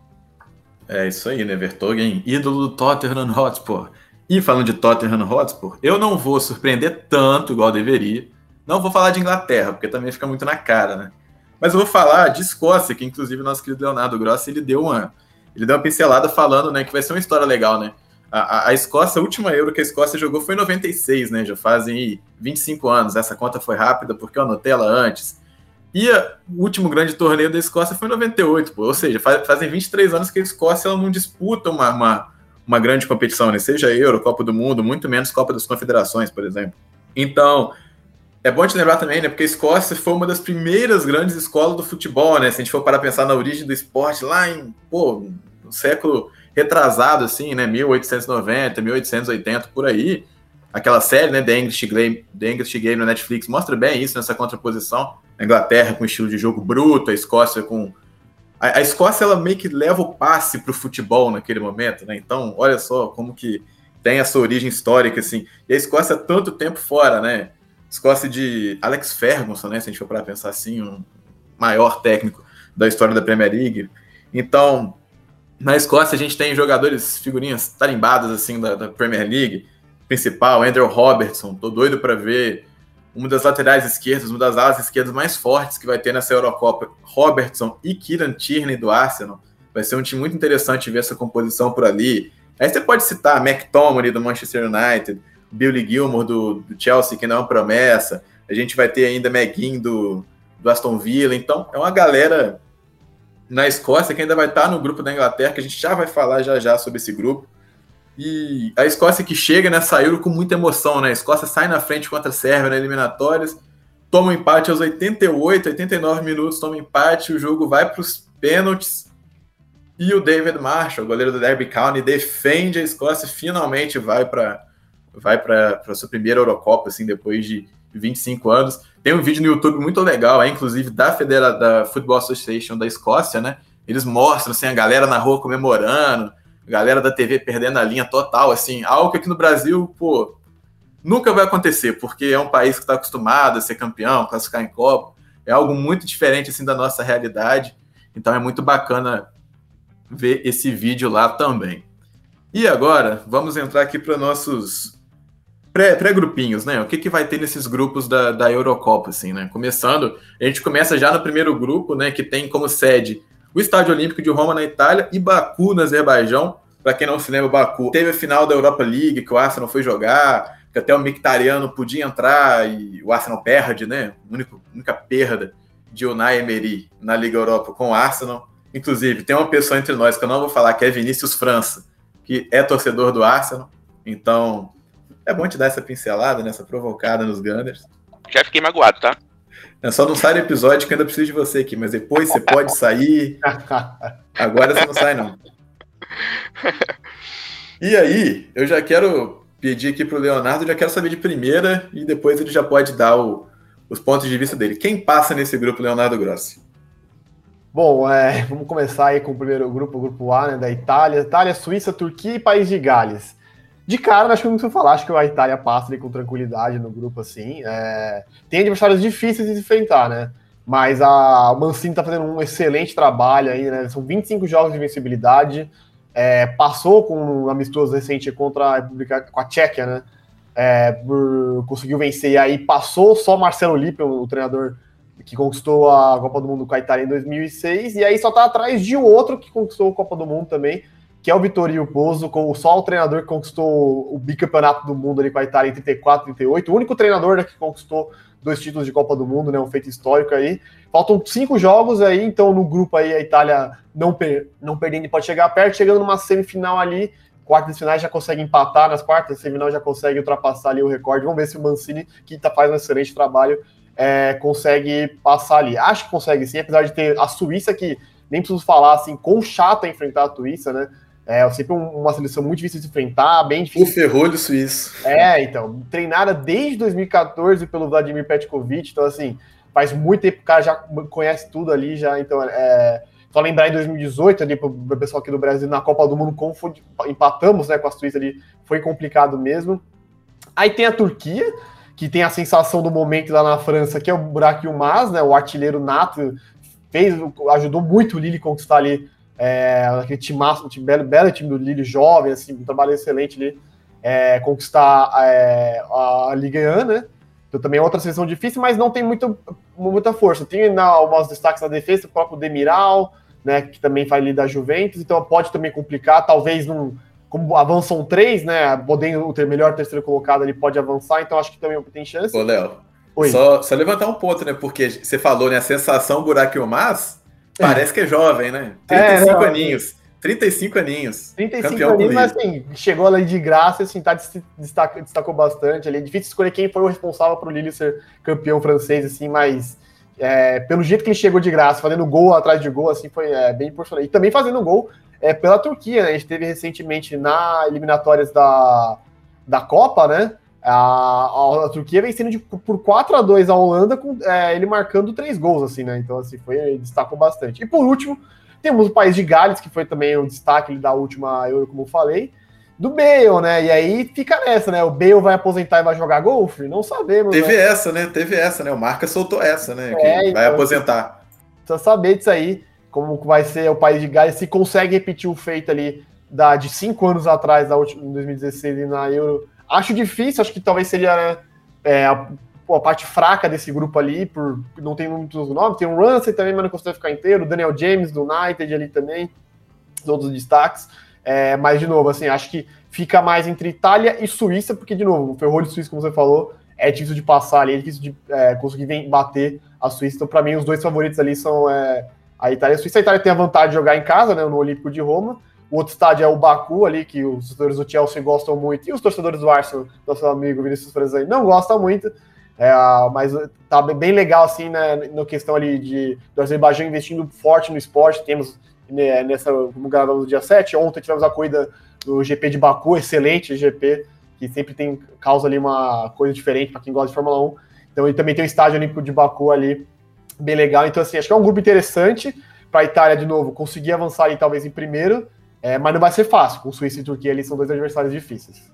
É isso aí, né? Vertonghen, ídolo do Tottenham Hotspur. E falando de Tottenham Hotspur, eu não vou surpreender tanto igual deveria. Não vou falar de Inglaterra, porque também fica muito na cara, né? Mas eu vou falar de Escócia, que inclusive o nosso querido Leonardo Grossi, ele deu uma, ele deu uma pincelada falando, né, que vai ser uma história legal, né? A, a, a Escócia, a última Euro que a Escócia jogou foi em noventa e seis, né? Já fazem vinte e cinco anos. Essa conta foi rápida porque eu anotei ela antes. E a, o último grande torneio da Escócia foi em noventa e oito, pô. Ou seja, faz, fazem vinte e três anos que a Escócia ela não disputa uma, uma, uma grande competição, né? Seja Euro, Copa do Mundo, muito menos Copa das Confederações, por exemplo. Então... é bom te lembrar também, né? Porque a Escócia foi uma das primeiras grandes escolas do futebol, né? Se a gente for para pensar na origem do esporte, lá em, pô, no século retrasado, assim, né? mil oitocentos e noventa, mil oitocentos e oitenta, por aí. Aquela série, né? The English Game, The English Game no Netflix mostra bem isso, nessa contraposição. A Inglaterra com estilo de jogo bruto, a Escócia com... A, a Escócia, ela meio que leva o passe pro futebol naquele momento, né? Então, olha só como que tem essa origem histórica, assim. E a Escócia há tanto tempo fora, né? Escócia de Alex Ferguson, né, se a gente for para pensar assim, um maior técnico da história da Premier League. Então, na Escócia a gente tem jogadores, figurinhas tarimbadas assim da, da Premier League, principal, Andrew Robertson, tô doido para ver uma das laterais esquerdas, uma das alas esquerdas mais fortes que vai ter nessa Eurocopa, Robertson e Kieran Tierney do Arsenal. Vai ser um time muito interessante ver essa composição por ali. Aí você pode citar McTominay do Manchester United, Billy Gilmour do, do Chelsea, que não é uma promessa. A gente vai ter ainda McGinn do, do Aston Villa. Então, é uma galera na Escócia que ainda vai estar no grupo da Inglaterra, que a gente já vai falar já já sobre esse grupo. E a Escócia que chega nessa Euro com muita emoção, né? A Escócia sai na frente contra a Sérvia nas eliminatórias, toma um empate aos oitenta e oito, oitenta e nove minutos, toma um empate, o jogo vai para os pênaltis. E o David Marshall, goleiro do Derby County, defende a Escócia, finalmente vai para... vai para a sua primeira Eurocopa, assim, depois de vinte e cinco anos. Tem um vídeo no YouTube muito legal, é, inclusive, da, Federa, da Football Association da Escócia, né? Eles mostram, assim, a galera na rua comemorando, a galera da T V perdendo a linha total, assim, algo que aqui no Brasil, pô, nunca vai acontecer, porque é um país que está acostumado a ser campeão, classificar em Copa, é algo muito diferente, assim, da nossa realidade, então é muito bacana ver esse vídeo lá também. E agora, vamos entrar aqui para nossos pré, pré-grupinhos, né? O que, que vai ter nesses grupos da, da Eurocopa, assim, né? Começando, a gente começa já no primeiro grupo, né? Que tem como sede o Estádio Olímpico de Roma, na Itália, e Baku, no Azerbaijão. Para quem não se lembra, Baku teve a final da Europa League, que o Arsenal foi jogar, que até o Mkhitaryan podia entrar e o Arsenal perde, né? A única, única perda de Unai Emery na Liga Europa com o Arsenal. Inclusive, tem uma pessoa entre nós que eu não vou falar, que é Vinícius França, que é torcedor do Arsenal. Então, é bom te dar essa pincelada, né, essa provocada nos Gunners. Já fiquei magoado, tá? É só não sai no episódio que eu ainda preciso de você aqui, mas depois você pode sair. Agora você não sai, não. E aí, eu já quero pedir aqui pro Leonardo, já quero saber de primeira e depois ele já pode dar o, os pontos de vista dele. Quem passa nesse grupo, Leonardo Grossi? Bom, é, vamos começar aí com o primeiro grupo, o grupo A, né, da Itália. Itália, Suíça, Turquia e País de Gales. De cara, acho que não preciso falar, acho que a Itália passa ali com tranquilidade no grupo, assim. É, tem adversários difíceis de se enfrentar, né? Mas a, o Mancini tá fazendo um excelente trabalho aí, né? São vinte e cinco jogos de invencibilidade. É, passou com um amistoso recente contra a República, com a Tchequia, né? É, por, conseguiu vencer e aí passou só Marcelo Lippe, o, o treinador que conquistou a Copa do Mundo com a Itália em dois mil e seis, e aí só tá atrás de um outro que conquistou a Copa do Mundo também, que é o Vittorio Pozzo, com só o treinador que conquistou o bicampeonato do mundo ali com a Itália em trinta e quatro, trinta e oito, o único treinador, né, que conquistou dois títulos de Copa do Mundo, né, um feito histórico aí. Faltam cinco jogos aí, então no grupo aí a Itália não, per não perdendo pode chegar perto, chegando numa semifinal ali, quartas de finais já consegue empatar, nas quartas de semifinal já consegue ultrapassar ali o recorde. Vamos ver se o Mancini, que tá, faz um excelente trabalho, é, consegue passar ali. Acho que consegue sim, apesar de ter a Suíça, que nem preciso falar assim, quão chato é enfrentar a Suíça, né? É sempre uma seleção muito difícil de enfrentar, bem difícil. O ferrolho suíço. É, então, treinada desde dois mil e quatorze pelo Vladimir Petkovic, então assim, faz muito tempo que o cara já conhece tudo ali, já, então, é, só lembrar em dois mil e dezoito, ali, pro pessoal aqui do Brasil, na Copa do Mundo, como foi, empatamos, né, com a Suíça ali, foi complicado mesmo. Aí tem a Turquia, que tem a sensação do momento lá na França, que é o Burak Yılmaz, né, o artilheiro nato, fez, ajudou muito o Lille a conquistar ali É, aquele timaço, um time, belo, belo time do Lille, jovem, assim, um trabalho excelente ali, é, conquistar é, a Ligue um, né? Então também é outra seleção difícil, mas não tem muito, muita força. Tem na, alguns destaques na defesa, o próprio Demiral, né, que também faz ali da Juventus, então pode também complicar, talvez num, como avançam três, né, podendo ter melhor terceiro colocado, ele pode avançar, então acho que também tem chance. Ô, Léo, só, só levantar um ponto, né, porque você falou, né, a sensação Burak Yılmaz, parece que é jovem, né? trinta e cinco é, aninhos. trinta e cinco aninhos. trinta e cinco aninhos, mas assim, chegou ali de graça, assim, tá, destacou, destacou bastante. Ali. É difícil escolher quem foi o responsável pro Lille ser campeão francês, assim, mas é, pelo jeito que ele chegou de graça, fazendo gol atrás de gol, assim, foi é, bem impressionante. E também fazendo gol é, pela Turquia, né? A gente teve recentemente na eliminatórias da, da Copa, né? A, a, a Turquia vencendo de, por quatro a dois a Holanda, com é, ele marcando três gols, assim, né? Então, assim, foi, destacou bastante. E por último, temos o país de Gales, que foi também um destaque da última Euro, como eu falei, do Bale, né? E aí fica nessa, né? O Bale vai aposentar e vai jogar golfe? Não sabemos. Teve né? essa, né? Teve essa, né? O Marca soltou essa, né? É, que vai então, aposentar. Precisa saber disso aí, como vai ser o país de Gales, se consegue repetir o feito ali da, de cinco anos atrás, da última, em dois mil e dezesseis, e na Euro. Acho difícil, acho que talvez seria né, é, a, a parte fraca desse grupo ali, por não tem muitos nomes. Tem o Ramsey também, mas não consegue ficar inteiro. O Daniel James, do United, ali também. Todos os destaques. É, mas, de novo, assim, acho que fica mais entre Itália e Suíça, porque, de novo, o ferrolho suíço, como você falou, é difícil de passar ali, é difícil de é, conseguir bater a Suíça. Então, para mim, os dois favoritos ali são é, a Itália e a Suíça. A Itália tem a vantagem de jogar em casa, né, no Olímpico de Roma. O outro estádio é o Baku ali, que os torcedores do Chelsea gostam muito, e os torcedores do Arsenal, nosso amigo Vinícius Franzani, não gostam muito, é, mas tá bem legal, assim, né, na questão ali de, do Azerbaijão investindo forte no esporte. Temos, né, nessa, como gravamos no dia sete, ontem tivemos a corrida do G P de Baku, excelente G P, que sempre tem, causa ali uma coisa diferente para quem gosta de Fórmula um, então ele também tem o estádio olímpico de Baku ali, bem legal. Então, assim, acho que é um grupo interessante para a Itália, de novo, conseguir avançar ali talvez em primeiro. É, mas não vai ser fácil, com Suíça e Turquia ali são dois adversários difíceis.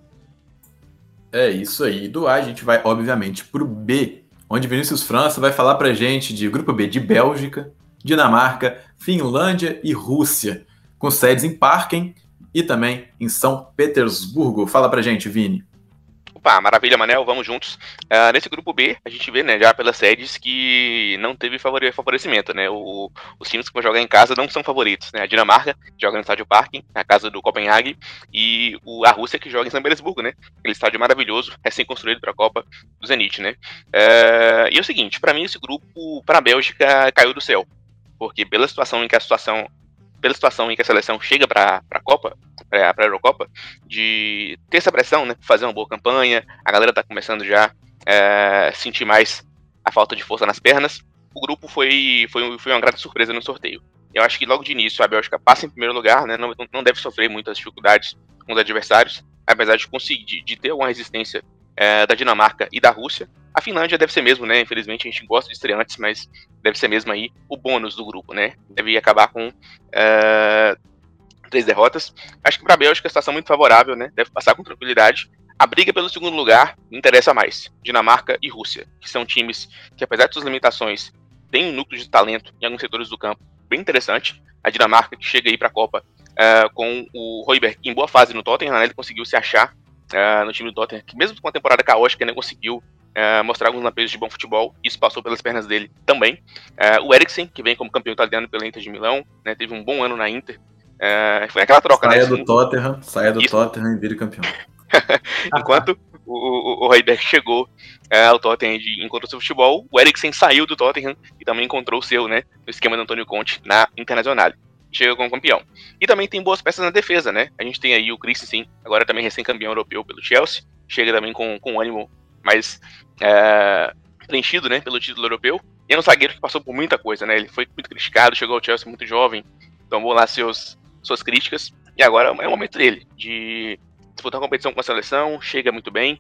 É isso aí. Do A a gente vai, obviamente, para o B, onde Vinícius França vai falar para a gente de grupo B de Bélgica, Dinamarca, Finlândia e Rússia, com sedes em Parken e também em São Petersburgo. Fala para a gente, Vini. Opa, maravilha, Manel, vamos juntos. Uh, nesse grupo B, a gente vê, né, já pelas sedes que não teve favore- favorecimento, né, o, os times que vão jogar em casa não são favoritos, né, a Dinamarca joga no estádio Parken, na casa do Copenhague, e o, a Rússia que joga em São Petersburgo, né, aquele estádio maravilhoso, recém-construído para a Copa do Zenit, né. Uh, e é o seguinte, para mim esse grupo, para a Bélgica, caiu do céu, porque pela situação em que a situação pela situação em que a seleção chega para a Copa, para a Eurocopa, de ter essa pressão, né, fazer uma boa campanha, a galera tá começando já a é, sentir mais a falta de força nas pernas, o grupo foi, foi, foi uma grata surpresa no sorteio. Eu acho que logo de início a Bélgica passa em primeiro lugar, né, não, não deve sofrer muitas dificuldades com os adversários, apesar de conseguir, de, de ter uma resistência é, da Dinamarca e da Rússia. A Finlândia deve ser mesmo, né? Infelizmente a gente gosta de estreantes, mas deve ser mesmo aí o bônus do grupo, né? Deve acabar com uh, três derrotas. Acho que para a Bélgica a situação é muito favorável, né? Deve passar com tranquilidade. A briga pelo segundo lugar me interessa mais. Dinamarca e Rússia, que são times que, apesar de suas limitações, têm um núcleo de talento em alguns setores do campo bem interessante. A Dinamarca que chega aí para a Copa uh, com o Højbjerg em boa fase no Tottenham, né? Ele conseguiu se achar uh, no time do Tottenham, que mesmo com a temporada caótica, ele conseguiu uh, mostrar alguns lampejos de bom futebol. Isso passou pelas pernas dele também. Uh, o Eriksen, que vem como campeão italiano pela Inter de Milão, né, teve um bom ano na Inter. Uh, foi aquela troca, saia né? do assim, Tottenham, saia do isso. Tottenham e vire campeão. Enquanto o, o, o Højbjerg chegou uh, ao Tottenham e encontrou seu futebol, o Eriksen saiu do Tottenham e também encontrou o seu, né, no esquema do Antônio Conte na Internazionale. Chega como campeão. E também tem boas peças na defesa, né? A gente tem aí o Christensen, agora também recém-campeão europeu pelo Chelsea, chega também com, com um ânimo mais uh, preenchido, né, pelo título europeu. E é um zagueiro que passou por muita coisa, né? Ele foi muito criticado, chegou ao Chelsea muito jovem, tomou lá seus, suas críticas, e agora é o momento dele, de disputar uma competição com a seleção, chega muito bem.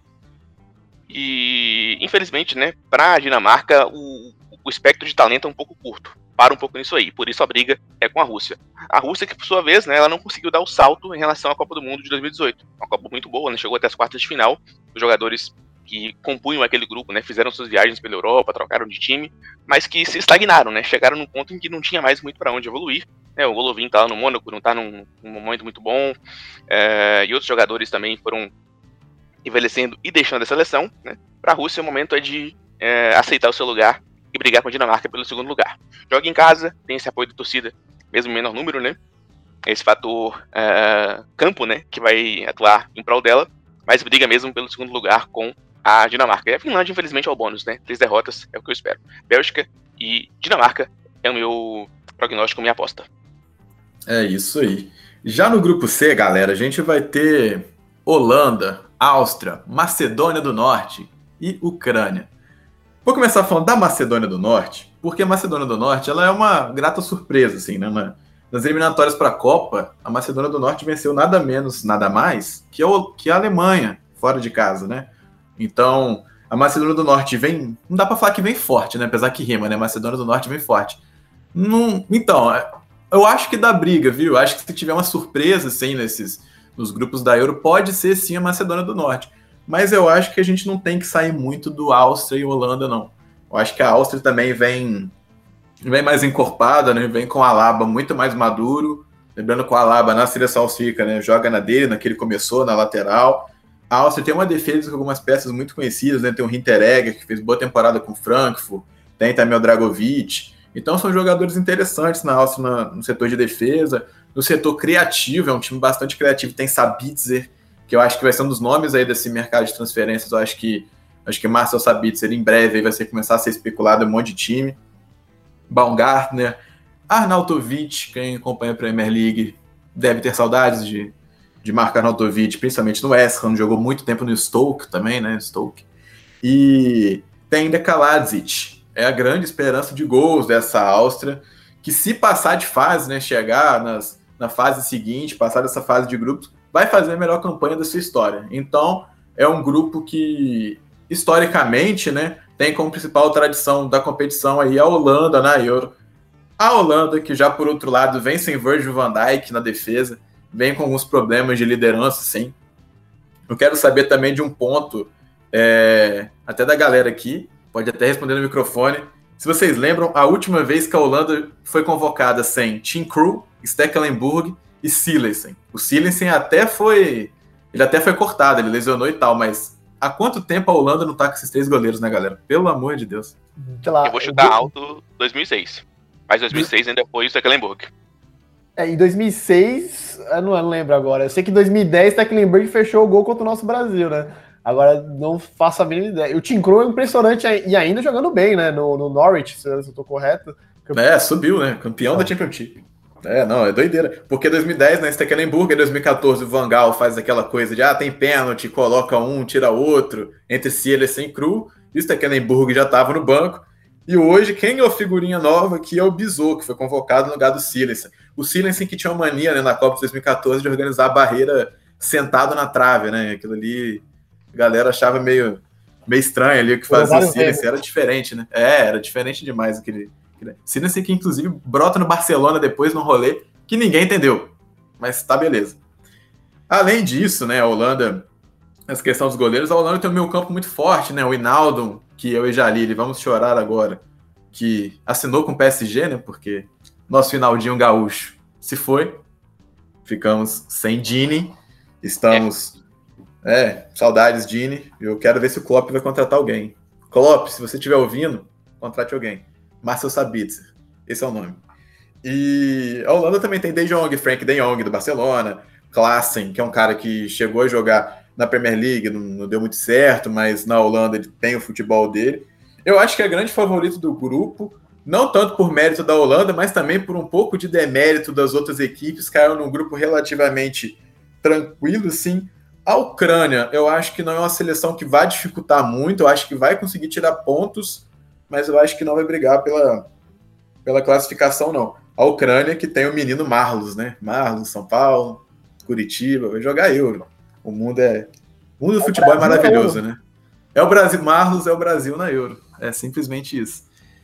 E, infelizmente, né, para a Dinamarca, o, o espectro de talento é um pouco curto. Para um pouco nisso aí, por isso a briga é com a Rússia. A Rússia que, por sua vez, né, ela não conseguiu dar o salto em relação à Copa do Mundo de dois mil e dezoito. Uma Copa muito boa, né, chegou até as quartas de final. Os jogadores que compunham aquele grupo, né, fizeram suas viagens pela Europa, trocaram de time, mas que se estagnaram, né, chegaram num ponto em que não tinha mais muito para onde evoluir. Né, o Golovin tá lá no Mônaco, não tá num, num momento muito bom, é, e outros jogadores também foram envelhecendo e deixando a seleção. Né. Para a Rússia, o momento é de é, aceitar o seu lugar e brigar com a Dinamarca pelo segundo lugar. Joga em casa, tem esse apoio da torcida, mesmo em menor número, né? Esse fator uh, campo, né? Que vai atuar em prol dela, mas briga mesmo pelo segundo lugar com a Dinamarca. E a Finlândia, infelizmente, é o bônus, né? Três derrotas é o que eu espero. Bélgica e Dinamarca é o meu prognóstico, minha aposta. É isso aí. Já no grupo C, galera, a gente vai ter Holanda, Áustria, Macedônia do Norte e Ucrânia. Vou começar falando da Macedônia do Norte, porque a Macedônia do Norte ela é uma grata surpresa, assim, né? Nas eliminatórias para a Copa, a Macedônia do Norte venceu nada menos, nada mais que a, que a Alemanha, fora de casa, né? Então, a Macedônia do Norte vem... Não dá para falar que vem forte, né? Apesar que rima, né? A Macedônia do Norte vem forte. Não, então, eu acho que dá briga, viu? Eu acho que se tiver uma surpresa, assim, nesses, nos grupos da Euro, pode ser, sim, a Macedônia do Norte. Mas eu acho que a gente não tem que sair muito do Áustria e Holanda, não. Eu acho que a Áustria também vem, vem mais encorpada, né? Vem com a Alaba muito mais maduro. Lembrando que o Alaba na seleção austríaca, né? Joga na dele, na que ele começou, na lateral. A Áustria tem uma defesa com algumas peças muito conhecidas, né? Tem o Hinteregger, que fez boa temporada com o Frankfurt. Tem também o Dragovic. Então são jogadores interessantes na Áustria na, no setor de defesa. No setor criativo, é um time bastante criativo. Tem Sabitzer, que eu acho que vai ser um dos nomes aí desse mercado de transferências. Eu acho que acho que Marcel Sabitzer em breve aí vai ser, começar a ser especulado em um monte de time. Baumgartner, Arnautovic, quem acompanha a Premier League deve ter saudades de, de Marco Arnautovic, principalmente no West Ham, jogou muito tempo no Stoke também, né, Stoke. E tem ainda Kaladzic, é a grande esperança de gols dessa Áustria, que se passar de fase, né, chegar nas, na fase seguinte, passar dessa fase de grupos, vai fazer a melhor campanha da sua história. Então, é um grupo que, historicamente, né, tem como principal tradição da competição aí a Holanda na Euro. A Holanda, que já, por outro lado, vem sem Virgil van Dijk na defesa, vem com alguns problemas de liderança, sim. Eu quero saber também de um ponto, é, até da galera aqui, pode até responder no microfone. Se vocês lembram, a última vez que a Holanda foi convocada sem Tim Krul, Stekelenburg e Silensen. O Silensen até foi... Ele até foi cortado, ele lesionou e tal, mas há quanto tempo a Holanda não tá com esses três goleiros, né, galera? Pelo amor de Deus. Lá, eu vou chutar alto dois mil e seis. Mas dois mil e seis ainda foi o Stekelenburg. É, em dois mil e seis, eu não, eu não lembro agora. Eu sei que em dois mil e dez, Stekelenburg fechou o gol contra o nosso Brasil, né? Agora, não faço a mínima ideia. O Tim Krul é impressionante e ainda jogando bem, né? No, no Norwich, se eu estou correto. É, subiu, né? Campeão ah. da Championship. É, não, é doideira. Porque dois mil e dez, né, Stekelenburg, em dois mil e catorze, o Van Gaal faz aquela coisa de, ah, tem pênalti, coloca um, tira outro, entre si ele é sem Krul, e o Stekelenburg já estava no banco. E hoje, quem é a figurinha nova aqui é o Bizot, que foi convocado no lugar do Silensen. O Silensen que tinha uma mania, né, na Copa de dois mil e catorze de organizar a barreira sentado na trave, né? Aquilo ali, a galera achava meio, meio estranho ali o que fazia o Silensen, era diferente, né? É, era diferente demais aquele... Silensen que inclusive brota no Barcelona depois no rolê que ninguém entendeu, mas tá beleza. Além disso, né, a Holanda, essa questão dos goleiros, a Holanda tem um meio campo muito forte, né, o Wijnaldum, que eu e Jalili, vamos chorar agora, que assinou com o P S G, né, porque nosso Wijnaldinho gaúcho se foi, ficamos sem Dini, estamos, é, é saudades Dini, eu quero ver se o Klopp vai contratar alguém. Klopp, se você estiver ouvindo, contrate alguém. Marcel Sabitzer, esse é o nome. E a Holanda também tem De Jong, Frank De Jong, do Barcelona, Klaassen, que é um cara que chegou a jogar na Premier League, não, não deu muito certo, mas na Holanda ele tem o futebol dele. Eu acho que é grande favorito do grupo, não tanto por mérito da Holanda, mas também por um pouco de demérito das outras equipes, caiu num grupo relativamente tranquilo, sim. A Ucrânia, eu acho que não é uma seleção que vai dificultar muito, eu acho que vai conseguir tirar pontos, mas eu acho que não vai brigar pela, pela classificação, não. A Ucrânia que tem o menino Marlos, né? Marlos, São Paulo, Curitiba, vai jogar Euro. O mundo é... O mundo do futebol é maravilhoso, né? É o Brasil, Marlos é o Brasil na Euro. É simplesmente isso.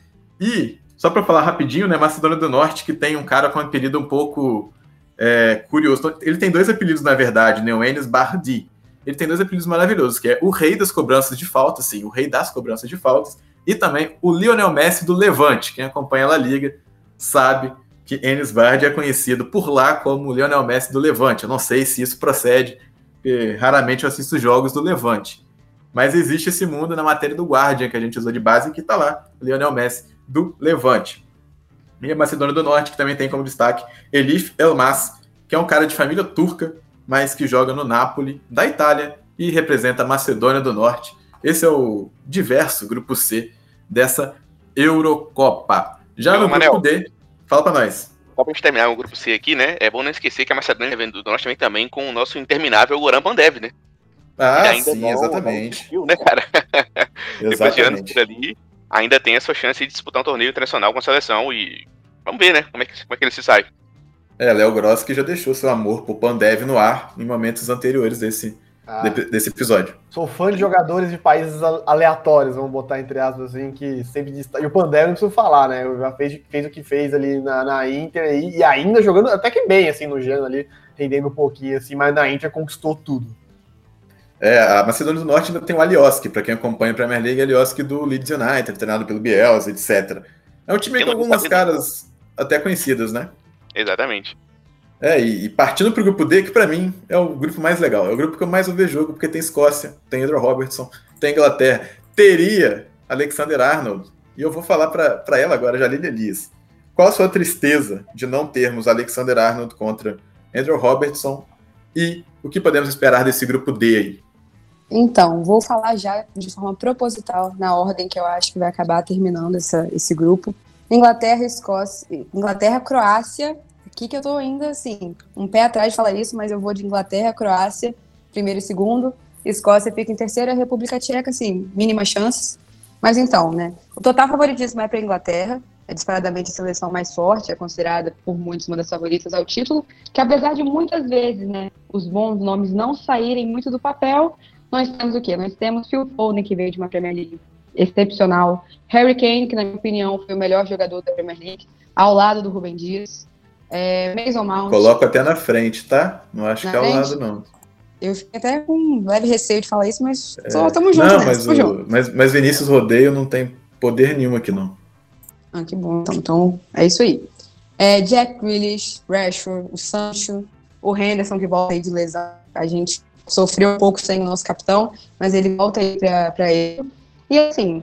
E, só para falar rapidinho, né? Macedônia do Norte, que tem um cara com um apelido um pouco é, curioso. Ele tem dois apelidos, na verdade, né? O Enes Bardi. Ele tem dois apelidos maravilhosos, que é o rei das cobranças de faltas, sim, o rei das cobranças de faltas, e também o Lionel Messi do Levante. Quem acompanha a La Liga sabe que Enes Bardi é conhecido por lá como o Lionel Messi do Levante. Eu não sei se isso procede, porque raramente eu assisto jogos do Levante. Mas existe esse mundo na matéria do Guardian, que a gente usou de base, que está lá, o Lionel Messi do Levante. E a Macedônia do Norte, que também tem como destaque Elif Elmas, que é um cara de família turca, mas que joga no Napoli, da Itália, e representa a Macedônia do Norte. Esse é o diverso grupo C dessa Eurocopa. Já no Manel, grupo D, fala para nós. Só pra gente terminar o grupo C aqui, né? É bom não esquecer que a Macedônia do Norte também, também com o nosso interminável Goran Pandev, né? Ah, sim, não, exatamente. Não, né, cara? Depois de anos Exatamente. por ali, ainda tem a sua chance de disputar um torneio internacional com a seleção e vamos ver, né? Como é que, como é que ele se sai. É, Léo Gross que já deixou seu amor por Pandev no ar em momentos anteriores desse, Ah. de- desse episódio. Sou fã de jogadores de países a- aleatórios, vamos botar entre aspas assim, que sempre destaca. E o Pandev não preciso falar, né? Já fez, fez o que fez ali na, na Inter e, e ainda jogando até que bem, assim, no Genoa ali, rendendo um pouquinho, assim, mas na Inter conquistou tudo. É, a Macedônia do Norte ainda tem o Alioski, para quem acompanha a Premier League, Alioski do Leeds United, treinado pelo Bielsa, etcétera. É um time Tem com uma algumas qualidade. caras até conhecidas, né? Exatamente. É, e, e partindo pro grupo D, que pra mim é o grupo mais legal. É o grupo que eu mais vou ver jogo, porque tem Escócia, tem Andrew Robertson, tem Inglaterra. Teria Alexander Arnold. E eu vou falar pra, pra ela agora, Jalile Elias. Qual a sua tristeza de não termos Alexander Arnold contra Andrew Robertson? E o que podemos esperar desse grupo D aí? Então, vou falar já de forma proposital, na ordem que eu acho que vai acabar terminando essa, esse grupo. Inglaterra, Escócia, Inglaterra, Croácia. Aqui que eu tô ainda, assim, um pé atrás de falar isso, mas eu vou de Inglaterra, Croácia, primeiro e segundo. Escócia fica em terceiro, a República Tcheca, assim, mínimas chances. Mas então, né, o total favoritismo é para a Inglaterra, é disparadamente a seleção mais forte, é considerada por muitos uma das favoritas ao título, que apesar de muitas vezes, né, os bons nomes não saírem muito do papel, nós temos o quê? Nós temos Phil Foden, que veio de uma Premier League excepcional, Harry Kane, que na minha opinião foi o melhor jogador da Premier League, ao lado do Rúben Dias, é, Mason Mount. Coloco até na frente, tá? Não acho Na que é ao frente? lado, não. Eu fiquei até com um leve receio de falar isso, mas É, só tamo junto, não, né? mas, Tamo junto. o, mas, mas Vinícius Rodeio não tem poder nenhum aqui, não. Ah, que bom. Então, então é isso aí. É, Jack Grealish, Rashford, o Sancho, o Henderson, que volta aí de lesão. A gente sofreu um pouco sem o nosso capitão, mas ele volta aí pra, pra ele. E assim,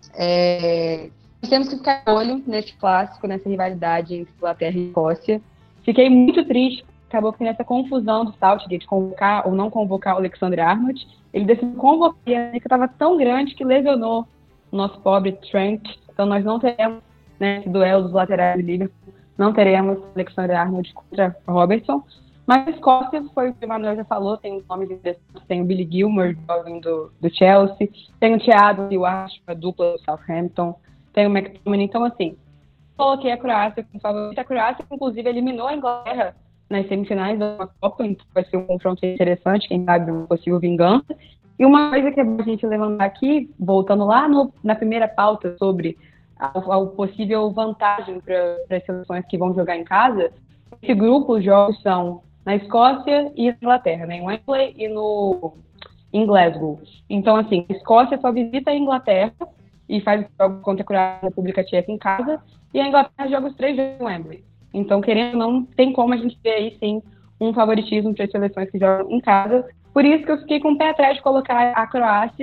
é, nós temos que ficar de olho nesse clássico, nessa rivalidade entre Inglaterra e Escócia. Fiquei muito triste, acabou que nessa confusão do Southgate de convocar ou não convocar o Alexander Arnold, ele decidiu convocar, e a liga estava tão grande que lesionou o nosso pobre Trent. Então nós não teremos, né, esse duelo dos laterais de liga, não teremos Alexander Arnold contra Robertson. Mas a Escócia, foi o que o Manuel já falou, tem os nomes interessantes, tem o Billy Gilmour, do, do Chelsea, tem o Thiago e o Acho, a dupla do Southampton, tem o McTominay. Então, assim, coloquei a Croácia como favorita. A Croácia, inclusive, eliminou a Inglaterra nas semifinais da Copa, então vai ser um confronto interessante, quem sabe uma possível vingança. E uma coisa que é bom a gente levantar aqui, voltando lá no, na primeira pauta sobre a, a possível vantagem para as seleções que vão jogar em casa, esse grupo, os jogos são na Escócia e na Inglaterra, né? Em Wembley e no, em Glasgow. Então, assim, a Escócia só visita a Inglaterra e faz os jogos contra a Croácia e a República Tcheca em casa, e a Inglaterra joga os três jogos em Wembley. Então, querendo ou não, tem como a gente ver aí, sim, um favoritismo para as seleções que jogam em casa. Por isso que eu fiquei com o pé atrás de colocar a Croácia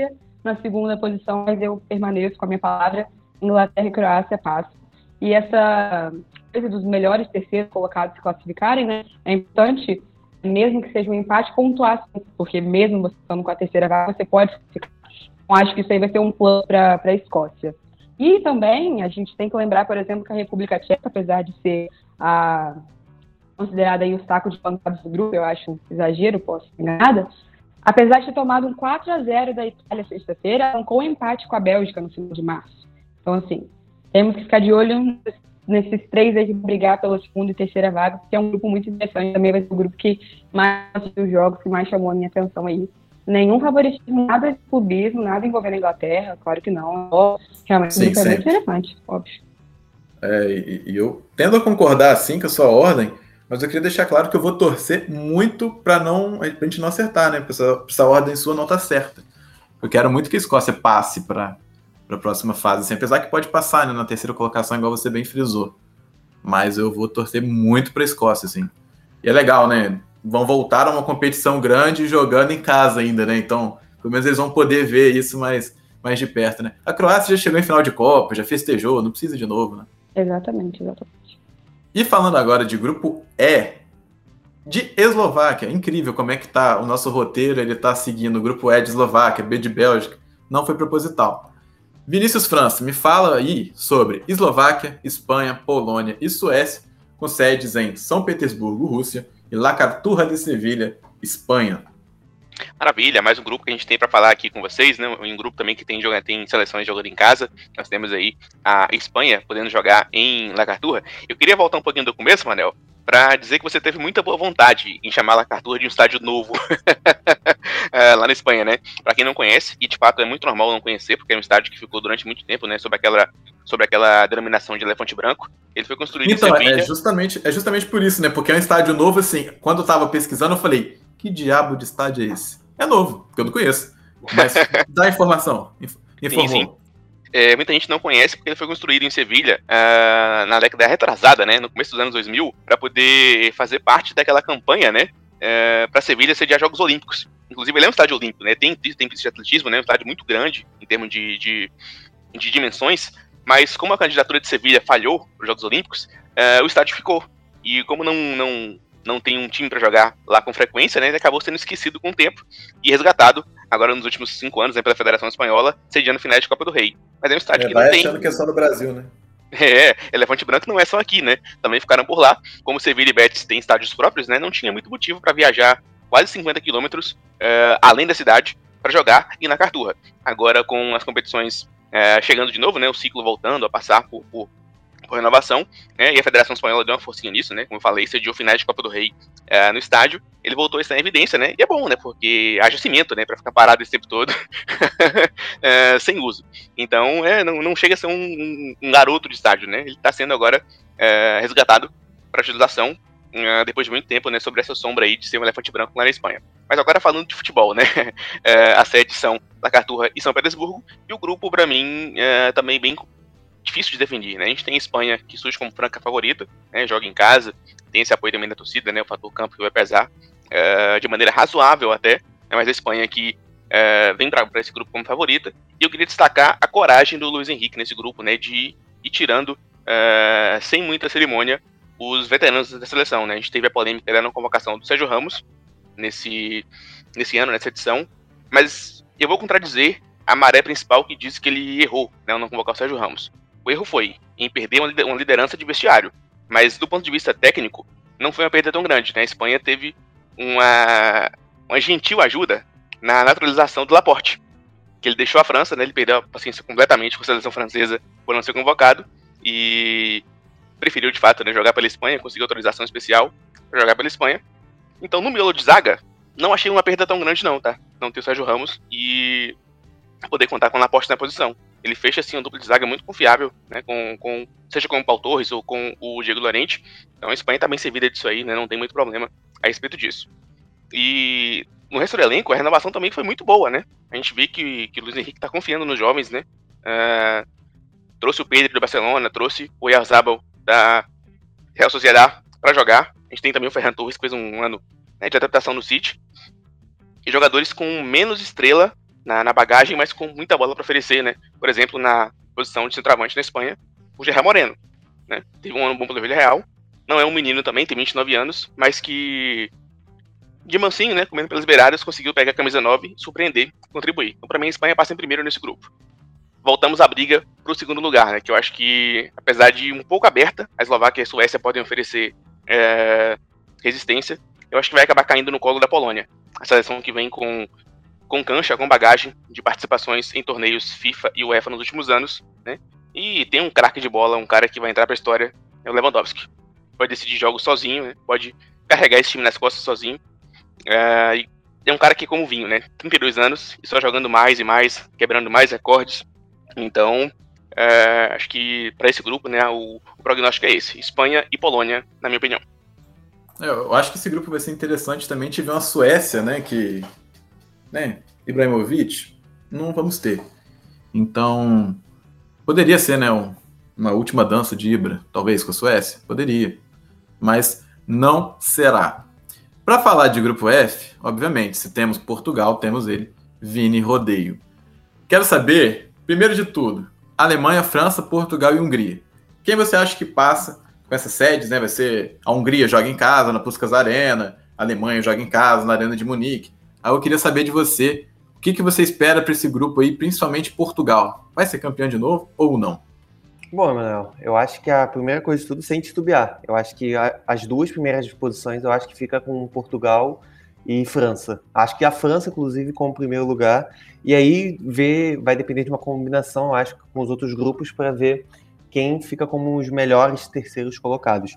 na segunda posição, mas eu permaneço com a minha palavra, Inglaterra e Croácia passam. E essa coisa dos melhores terceiros colocados se classificarem, né, é importante, mesmo que seja um empate, pontuar, porque mesmo você estando com a terceira vaga, você pode ficar. Então, acho que isso aí vai ser um plano para a Escócia. E também a gente tem que lembrar, por exemplo, que a República Tcheca, apesar de ser a, considerada aí o saco de pancadas do grupo, eu acho um exagero, posso ser enganada, apesar de ter tomado um quatro a zero da Itália sexta-feira, arrancou um empate com a Bélgica no final de março. Então, assim, temos que ficar de olho nesses três aí que brigar pela segunda e terceira vaga, que é um grupo muito interessante. Também vai ser o grupo que mais assistiu os jogos, que mais chamou a minha atenção aí. Nenhum favoritismo, nada de clubismo, nada envolvendo a Inglaterra, claro que não. Realmente, Sim, o grupo é muito interessante, óbvio. É, e, e eu tendo a concordar assim com a sua ordem, mas eu queria deixar claro que eu vou torcer muito para não, pra gente não acertar, né? Porque essa, essa ordem sua não tá certa. Eu quero muito que a Escócia passe para a próxima fase, assim, apesar que pode passar, né, na terceira colocação, igual você bem frisou. Mas eu vou torcer muito para a Escócia, assim. E é legal, né? Vão voltar a uma competição grande jogando em casa ainda, né? Então, pelo menos eles vão poder ver isso mais, mais de perto, né? A Croácia já chegou em final de Copa, já festejou, não precisa de novo, né? Exatamente, exatamente. E falando agora de grupo E, de Eslováquia, incrível como é que tá o nosso roteiro, ele tá seguindo o grupo E de Eslováquia, B de Bélgica, não foi proposital. Vinícius França, me fala aí sobre Eslováquia, Espanha, Polônia e Suécia, com sedes em São Petersburgo, Rússia, e La Cartuja de Sevilha, Espanha. Maravilha, mais um grupo que a gente tem para falar aqui com vocês, né? Um grupo também que tem, tem seleções jogando em casa. Nós temos aí a Espanha podendo jogar em La Cartuja. Eu queria voltar um pouquinho do começo, Manel, para dizer que você teve muita boa vontade em chamar La Cartuja de um estádio novo lá na Espanha, né? Para quem não conhece, e de fato é muito normal não conhecer, porque é um estádio que ficou durante muito tempo, né, sob aquela, sob aquela denominação de elefante branco. Ele foi construído então, em Sevilha. É justamente, é justamente por isso, né? Porque é um estádio novo, assim, quando eu tava pesquisando, eu falei, que diabo de estádio é esse? É novo, porque eu não conheço. Mas dá informação. Informou. Sim, sim. É, muita gente não conhece porque ele foi construído em Sevilha uh, na década retrasada, né, no começo dos anos dois mil, para poder fazer parte daquela campanha, né, uh, para Sevilha sediar Jogos Olímpicos. Inclusive, ele é um estádio olímpico, né, tem, tem pista de atletismo, né, um estádio muito grande em termos de, de, de dimensões, mas como a candidatura de Sevilha falhou para os Jogos Olímpicos, uh, o estádio ficou. E como não, não, não tem um time para jogar lá com frequência, né, ele acabou sendo esquecido com o tempo e resgatado agora nos últimos cinco anos, né, pela Federação Espanhola, sediando finais de Copa do Rei. Mas é um estádio é, que não vai tem... achando que é só no Brasil, né? É, Elefante Branco não é só aqui, né? Também ficaram por lá. Como Sevilha e Betis têm estádios próprios, né? Não tinha muito motivo para viajar quase cinquenta quilômetros uh, além da cidade para jogar e na Carturra. Agora, com as competições uh, chegando de novo, né? O ciclo voltando a passar por, por, por renovação, né? E a Federação Espanhola deu uma forcinha nisso, né? Como eu falei, cediu finais de Copa do Rei uh, no estádio. Ele voltou a estar em evidência, né? E é bom, né? Porque haja cimento, né? Para ficar parado esse tempo todo uh, sem uso. Então, é, não, não chega a ser um, um, um garoto de estádio, né? Ele está sendo agora uh, resgatado para a utilização uh, depois de muito tempo, né? Sobre essa sombra aí de ser um elefante branco lá na Espanha. Mas agora falando de futebol, né? Uh, as sedes são La Cartuja e São Petersburgo. E o grupo, para mim, uh, também bem difícil de definir, né? A gente tem a Espanha, que surge como franca favorita, né? Joga em casa, tem esse apoio também da torcida, né? O fator campo que vai pesar uh, de maneira razoável até, né? Mas a Espanha que uh, vem para esse grupo como favorita. E eu queria destacar a coragem do Luiz Henrique nesse grupo, né? De ir tirando, uh, sem muita cerimônia, os veteranos da seleção, né? A gente teve a polêmica da não convocação do Sérgio Ramos nesse, nesse ano, nessa edição. Mas eu vou contradizer a maré principal que diz que ele errou, né? Ao não convocar o Sérgio Ramos. O erro foi em perder uma liderança de vestiário. Mas do ponto de vista técnico, não foi uma perda tão grande, né? A Espanha teve uma, uma gentil ajuda na naturalização do Laporte, que ele deixou a França, né? Ele perdeu a paciência completamente com a seleção francesa por não ser convocado e preferiu, de fato, né, jogar pela Espanha, conseguiu autorização especial para jogar pela Espanha. Então, no miolo de zaga, não achei uma perda tão grande não, tá? Não ter o Sérgio Ramos e poder contar com o Laporte na posição. Ele fecha, assim, uma dupla de zaga muito confiável, né? Com, com, seja com o Pau Torres ou com o Diego Llorente. Então a Espanha tá bem servida disso aí, né? Não tem muito problema a respeito disso. E no resto do elenco, a renovação também foi muito boa, né? A gente vê que, que o Luiz Henrique tá confiando nos jovens, né? Uh, trouxe o Pedro do Barcelona, trouxe o Oyarzabal da Real Sociedad para jogar. A gente tem também o Ferran Torres, que fez um ano, né, de adaptação no City. E jogadores com menos estrela na, na bagagem, mas com muita bola para oferecer, né? Por exemplo, na posição de centroavante na Espanha, o Gerard Moreno, né? Teve um ano bom pelo Villarreal, não é um menino também, tem vinte e nove anos, mas que de mansinho, né, comendo pelas beiradas, conseguiu pegar a camisa nove, surpreender, contribuir. Então, para mim, a Espanha passa em primeiro nesse grupo. Voltamos à briga para o segundo lugar, né, que eu acho que, apesar de um pouco aberta, a Eslováquia e a Suécia podem oferecer é, resistência, eu acho que vai acabar caindo no colo da Polônia. A seleção que vem com, com cancha, com bagagem de participações em torneios FIFA e UEFA nos últimos anos, né, e tem um craque de bola, um cara que vai entrar para a história, é o Lewandowski. Pode decidir jogos sozinho, né, pode carregar esse time nas costas sozinho. É, e é um cara que, como vinho, né? trinta e dois anos e só jogando mais e mais, quebrando mais recordes. Então, é, acho que para esse grupo, né, o, o prognóstico é esse: Espanha e Polônia, na minha opinião. É, eu acho que esse grupo vai ser interessante também. Tiver uma Suécia, né? Que, né? Ibrahimovic, não vamos ter. Então, poderia ser, né? Um, uma última dança de Ibra, talvez com a Suécia, poderia, mas não será. Para falar de grupo F, obviamente, se temos Portugal, temos ele, Vini Rodeio. Quero saber, primeiro de tudo, Alemanha, França, Portugal e Hungria. Quem você acha que passa com essas sedes, né? Vai ser a Hungria joga em casa, na Puskás Arena, a Alemanha joga em casa, na Arena de Munique. Aí eu queria saber de você, o que, que você espera para esse grupo aí, principalmente Portugal? Vai ser campeão de novo ou não? Bom, Emanuel, eu acho que a primeira coisa de tudo, sem titubear. Eu acho que a, as duas primeiras posições, eu acho que fica com Portugal e França. Acho que a França, inclusive, como primeiro lugar. E aí ver, vai depender de uma combinação, eu acho, com os outros grupos para ver quem fica como os melhores terceiros colocados.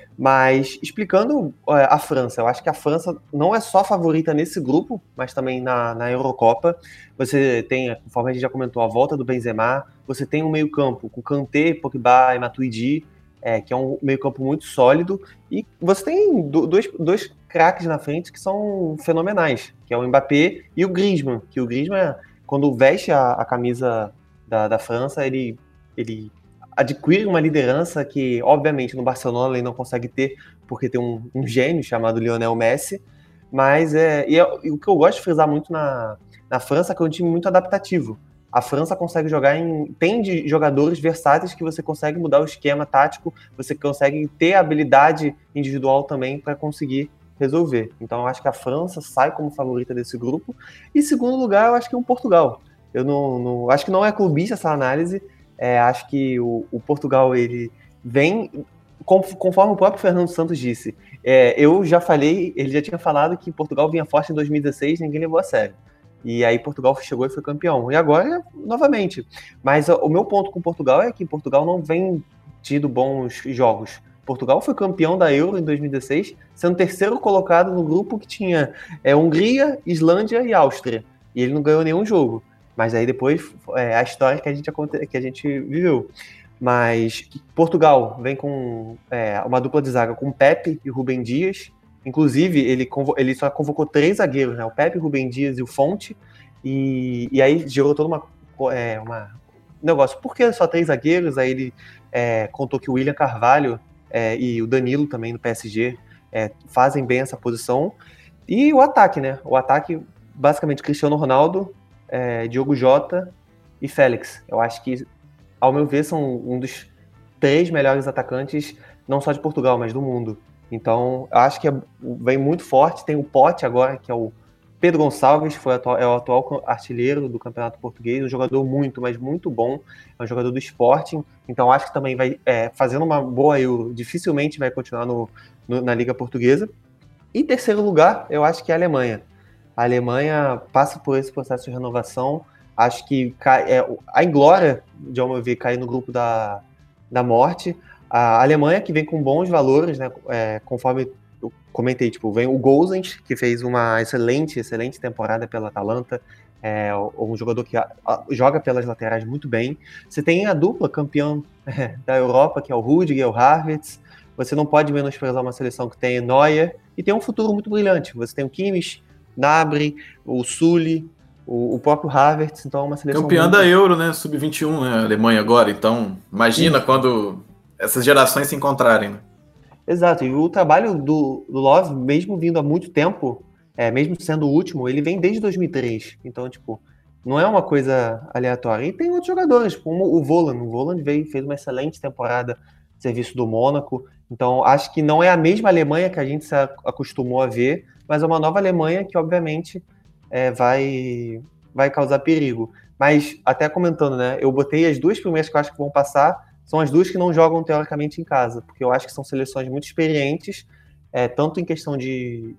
Mas, explicando é, a França, eu acho que a França não é só favorita nesse grupo, mas também na, na Eurocopa. Você tem, conforme a gente já comentou, a volta do Benzema, você tem um meio-campo com Kanté, Pogba e Matuidi, é, que é um meio-campo muito sólido, e você tem do, dois, dois craques na frente que são fenomenais, que é o Mbappé e o Griezmann, que o Griezmann, quando veste a, a camisa da, da França, ele... ele adquire uma liderança que, obviamente, no Barcelona ele não consegue ter, porque tem um, um gênio chamado Lionel Messi, mas é, e é, e o que eu gosto de frisar muito na, na França é que é um time muito adaptativo. A França consegue jogar em... tem de jogadores versáteis que você consegue mudar o esquema tático, você consegue ter habilidade individual também para conseguir resolver. Então eu acho que a França sai como favorita desse grupo. E em segundo lugar, eu acho que é um Portugal. Eu não, não acho que não é clubista essa análise. É, acho que o, o Portugal, ele vem, conforme o próprio Fernando Santos disse, é, eu já falei, ele já tinha falado que Portugal vinha forte em dois mil e dezesseis, ninguém levou a sério. E aí Portugal chegou e foi campeão. E agora, novamente. Mas o meu ponto com Portugal é que Portugal não vem tido bons jogos. Portugal foi campeão da Euro em dois mil e dezesseis, sendo terceiro colocado no grupo que tinha é, Hungria, Islândia e Áustria. E ele não ganhou nenhum jogo. Mas aí depois é a história que a gente, que a gente viveu. Mas Portugal vem com é, uma dupla de zaga com Pepe e Rubem Dias. Inclusive, ele, convo- ele só convocou três zagueiros, né? O Pepe, o Rubem Dias e o Fonte. E, e aí gerou todo uma, é, uma negócio. Por que só três zagueiros? Aí ele é, contou que o William Carvalho é, e o Danilo também no P S G é, fazem bem essa posição. E o ataque, né? O ataque, basicamente, Cristiano Ronaldo, É, Diogo Jota e Félix. Eu acho que, ao meu ver, são um dos três melhores atacantes, não só de Portugal, mas do mundo. Então, eu acho que é, vem muito forte. Tem o Pote agora, que é o Pedro Gonçalves, foi atual, é o atual artilheiro do Campeonato Português, um jogador muito, mas muito bom, é um jogador do Sporting. Então, acho que também vai, é, fazendo uma boa Euro, dificilmente vai continuar no, no, na Liga Portuguesa. E terceiro lugar, eu acho que é a Alemanha. A Alemanha passa por esse processo de renovação. Acho que cai, é, a inglória, de ao meu ver, cair no grupo da, da morte. A Alemanha, que vem com bons valores, né, é, conforme eu comentei, tipo, vem o Gosens, que fez uma excelente, excelente temporada pela Atalanta, é, um jogador que a, a, joga pelas laterais muito bem. Você tem a dupla campeã é, da Europa, que é o Rudiger e o Havertz. Você não pode menosprezar uma seleção que tem Neuer e tem um futuro muito brilhante. Você tem o Kimmich, Gnabry, o Sully, o, o próprio Havertz, então é uma seleção... Campeã muito... da Euro, né? sub vinte e um, né? A Alemanha agora, então imagina Sim. quando essas gerações se encontrarem. Né? Exato, e o trabalho do, do Love, mesmo vindo há muito tempo, é, mesmo sendo o último, ele vem desde dois mil e três, então, tipo, Não é uma coisa aleatória. E tem outros jogadores, como o Voland. O Voland veio, fez uma excelente temporada de serviço do Mônaco. Então, acho que não é a mesma Alemanha que a gente se acostumou a ver, mas é uma nova Alemanha que, obviamente, é, vai, vai causar perigo. Mas, até comentando, né? Eu botei as duas primeiras que eu acho que vão passar, são as duas que não jogam, teoricamente, em casa, porque eu acho que são seleções muito experientes, é, tanto em questão de,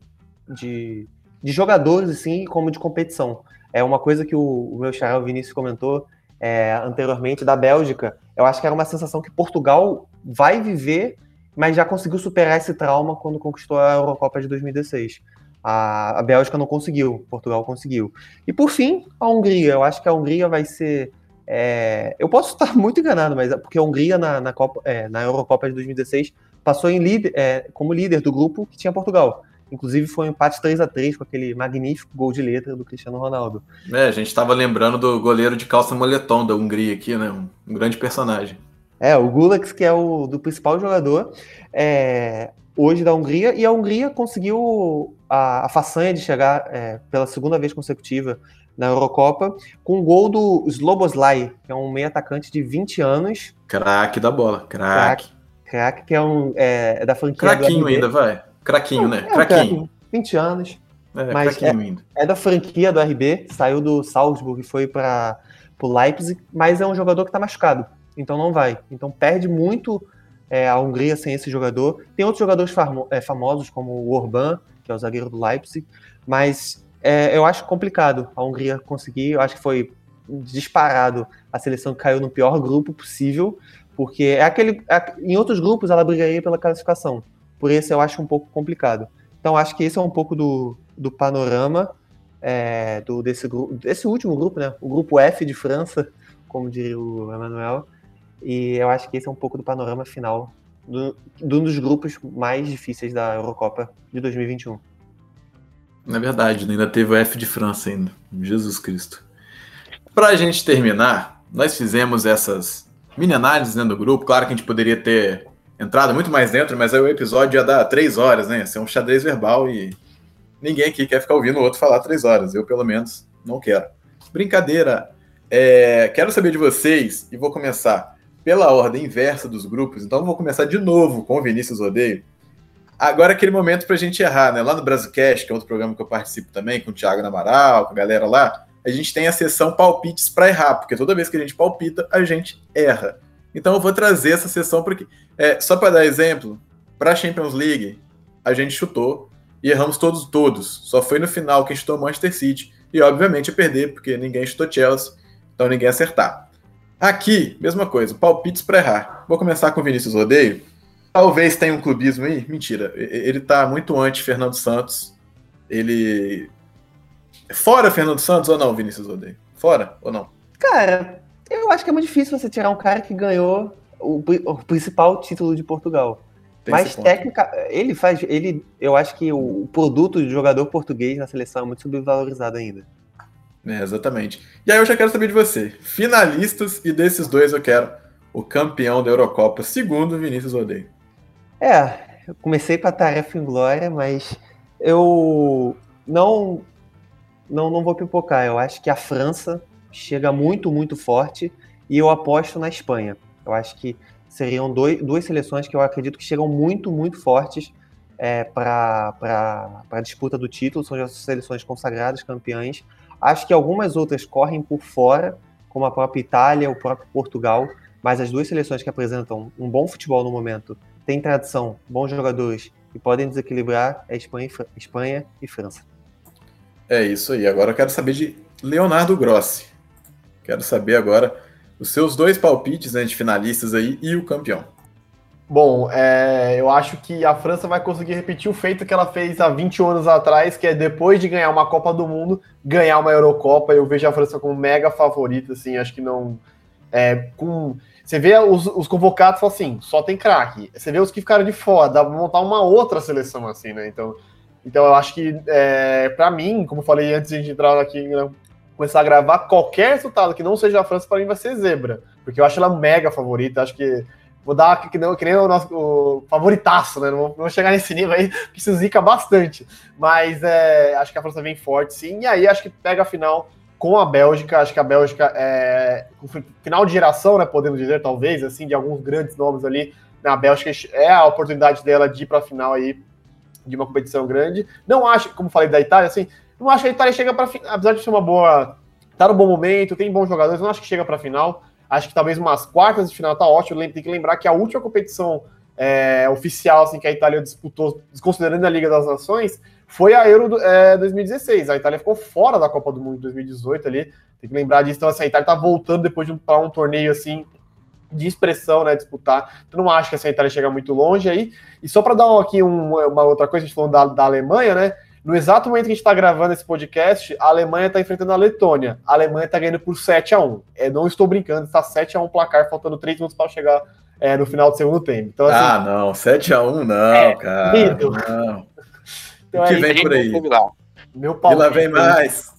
de, de jogadores, assim, como de competição. É uma coisa que o, o meu xará, o Vinícius, comentou é, anteriormente, da Bélgica. Eu acho que era uma sensação que Portugal vai viver, mas já conseguiu superar esse trauma quando conquistou a Eurocopa de dois mil e dezesseis. A, a Bélgica não conseguiu, Portugal conseguiu. E por fim, a Hungria. Eu acho que a Hungria vai ser... É, eu posso estar muito enganado, mas porque a Hungria na, na, Copa, é, na Eurocopa de dois mil e dezesseis passou em líder, é, como líder do grupo que tinha Portugal. Inclusive foi um empate três a três com aquele magnífico gol de letra do Cristiano Ronaldo. É, a gente estava lembrando do goleiro de calça moletom da Hungria aqui, né? Um, um grande personagem. É, o Gulax, que é o do principal jogador é, hoje da Hungria, e a Hungria conseguiu a, a façanha de chegar é, pela segunda vez consecutiva na Eurocopa, com o gol do Szoboszlai, que é um meio atacante de vinte anos. Craque da bola, craque. Craque, que é, um, é, é da franquia Craquinho ainda, vai. Craquinho, né? É, craquinho. vinte anos. É, mas é, ainda. é da franquia do R B, saiu do Salzburg e foi para o Leipzig, mas é um jogador que está machucado, então não vai. Então perde muito é, a Hungria sem esse jogador. Tem outros jogadores famo é, famosos, como o Orban, que é o zagueiro do Leipzig, mas é, eu acho complicado a Hungria conseguir. Eu acho que foi disparado a seleção que caiu no pior grupo possível, porque é aquele, é, em outros grupos ela brigaria pela classificação. Por isso eu acho um pouco complicado. Então acho que esse é um pouco do, do panorama é, do, desse, desse último grupo, né? O grupo F de França, como diria o Emanuel. E eu acho que esse é um pouco do panorama final do, de um dos grupos mais difíceis da Eurocopa de dois mil e vinte e um. Na verdade, ainda teve o F de França ainda. Jesus Cristo. Para a gente terminar, nós fizemos essas mini análises dentro do grupo. Claro que a gente poderia ter entrado muito mais dentro, mas aí o episódio ia dar três horas, né? Ia ser um xadrez verbal e ninguém aqui quer ficar ouvindo o outro falar três horas. Eu, pelo menos, não quero. Brincadeira. É, quero saber de vocês, e vou começar pela ordem inversa dos grupos, então vou começar de novo com o Vinícius Odeio. Agora é aquele momento pra gente errar, né? Lá no Brasilcast, que é outro programa que eu participo também, com o Thiago Amaral, com a galera lá, a gente tem a sessão palpites para errar, porque toda vez que a gente palpita, a gente erra. Então eu vou trazer essa sessão porque, é, só para dar exemplo, para a Champions League, a gente chutou e erramos todos, todos. Só foi no final quem chutou Manchester City. E obviamente ia perder, porque ninguém chutou Chelsea, então ninguém ia acertar. Aqui, mesma coisa, palpites para errar. Vou começar com o Vinícius Odeio. Talvez tenha um clubismo aí. Mentira, ele tá muito anti-Fernando Santos. Ele... Fora Fernando Santos ou não, Vinícius Odeio? Fora ou não? Cara, eu acho que é muito difícil você tirar um cara que ganhou o, o principal título de Portugal. Tem Mas técnica, ele faz... ele, eu acho que o produto de jogador português na seleção é muito subvalorizado ainda. É, exatamente. E aí eu já quero saber de você. Finalistas, e desses dois eu quero o campeão da Eurocopa, segundo Vinícius Odeio. É, eu comecei com a tarefa em glória, mas eu não, não, não vou pipocar. Eu acho que a França chega muito, muito forte e eu aposto na Espanha. Eu acho que seriam dois, duas seleções que eu acredito que chegam muito, muito fortes é, para a disputa do título. São já seleções consagradas, campeãs. Acho que algumas outras correm por fora, como a própria Itália, o próprio Portugal, mas as duas seleções que apresentam um bom futebol no momento, têm tradição, bons jogadores e podem desequilibrar é Espanha e, Espanha e França. É isso aí. Agora eu quero saber de Leonardo Grossi. Quero saber agora os seus dois palpites, né, de finalistas aí e o campeão. Bom, é, eu acho que a França vai conseguir repetir o feito que ela fez há vinte anos atrás, que é depois de ganhar uma Copa do Mundo, ganhar uma Eurocopa. Eu vejo a França como mega favorita, assim, acho que não... É, com, você vê os, os convocados, fala assim, só tem craque. Você vê os que ficaram de fora, dá pra montar uma outra seleção, assim, né? Então, então eu acho que, é, pra mim, como eu falei antes de a gente entrar aqui, né, começar a gravar, qualquer resultado que não seja a França, pra mim vai ser zebra. Porque eu acho ela mega favorita, acho que vou dar que, não, que nem o nosso o favoritaço, né? Não vou, não vou chegar nesse nível aí, que se zica bastante. Mas é, acho que a França vem forte, sim. E aí acho que pega a final com a Bélgica. Acho que a Bélgica é final de geração, né, podemos dizer, talvez, assim, de alguns grandes nomes ali. Na Bélgica é a oportunidade dela de ir para a final aí de uma competição grande. Não acho, como falei da Itália, assim, não acho que a Itália chega para final, apesar de ser uma boa, tá no bom momento, tem bons jogadores, não acho que chega para a final. Acho que talvez umas quartas de final tá ótimo. Tem que lembrar que a última competição é, oficial assim, que a Itália disputou, desconsiderando a Liga das Nações, foi a Euro é, dois mil e dezesseis. A Itália ficou fora da Copa do Mundo de dois mil e dezoito ali. Tem que lembrar disso. Então, assim, a Itália tá voltando depois de um, para um torneio assim de expressão, né, disputar. Então, não acho que essa Itália chega muito longe aí. E só para dar aqui um, uma outra coisa, a gente falou da, da Alemanha, né? No exato momento que a gente está gravando esse podcast, a Alemanha está enfrentando a Letônia. A Alemanha está ganhando por sete a um. É, não estou brincando, está sete a um placar, faltando três minutos para chegar é, no final do segundo tempo. Então, assim, ah, não, sete a um não, é, cara. Lindo. Não. Então, o que aí, vem por aí? Meu palpite, e lá vem mais.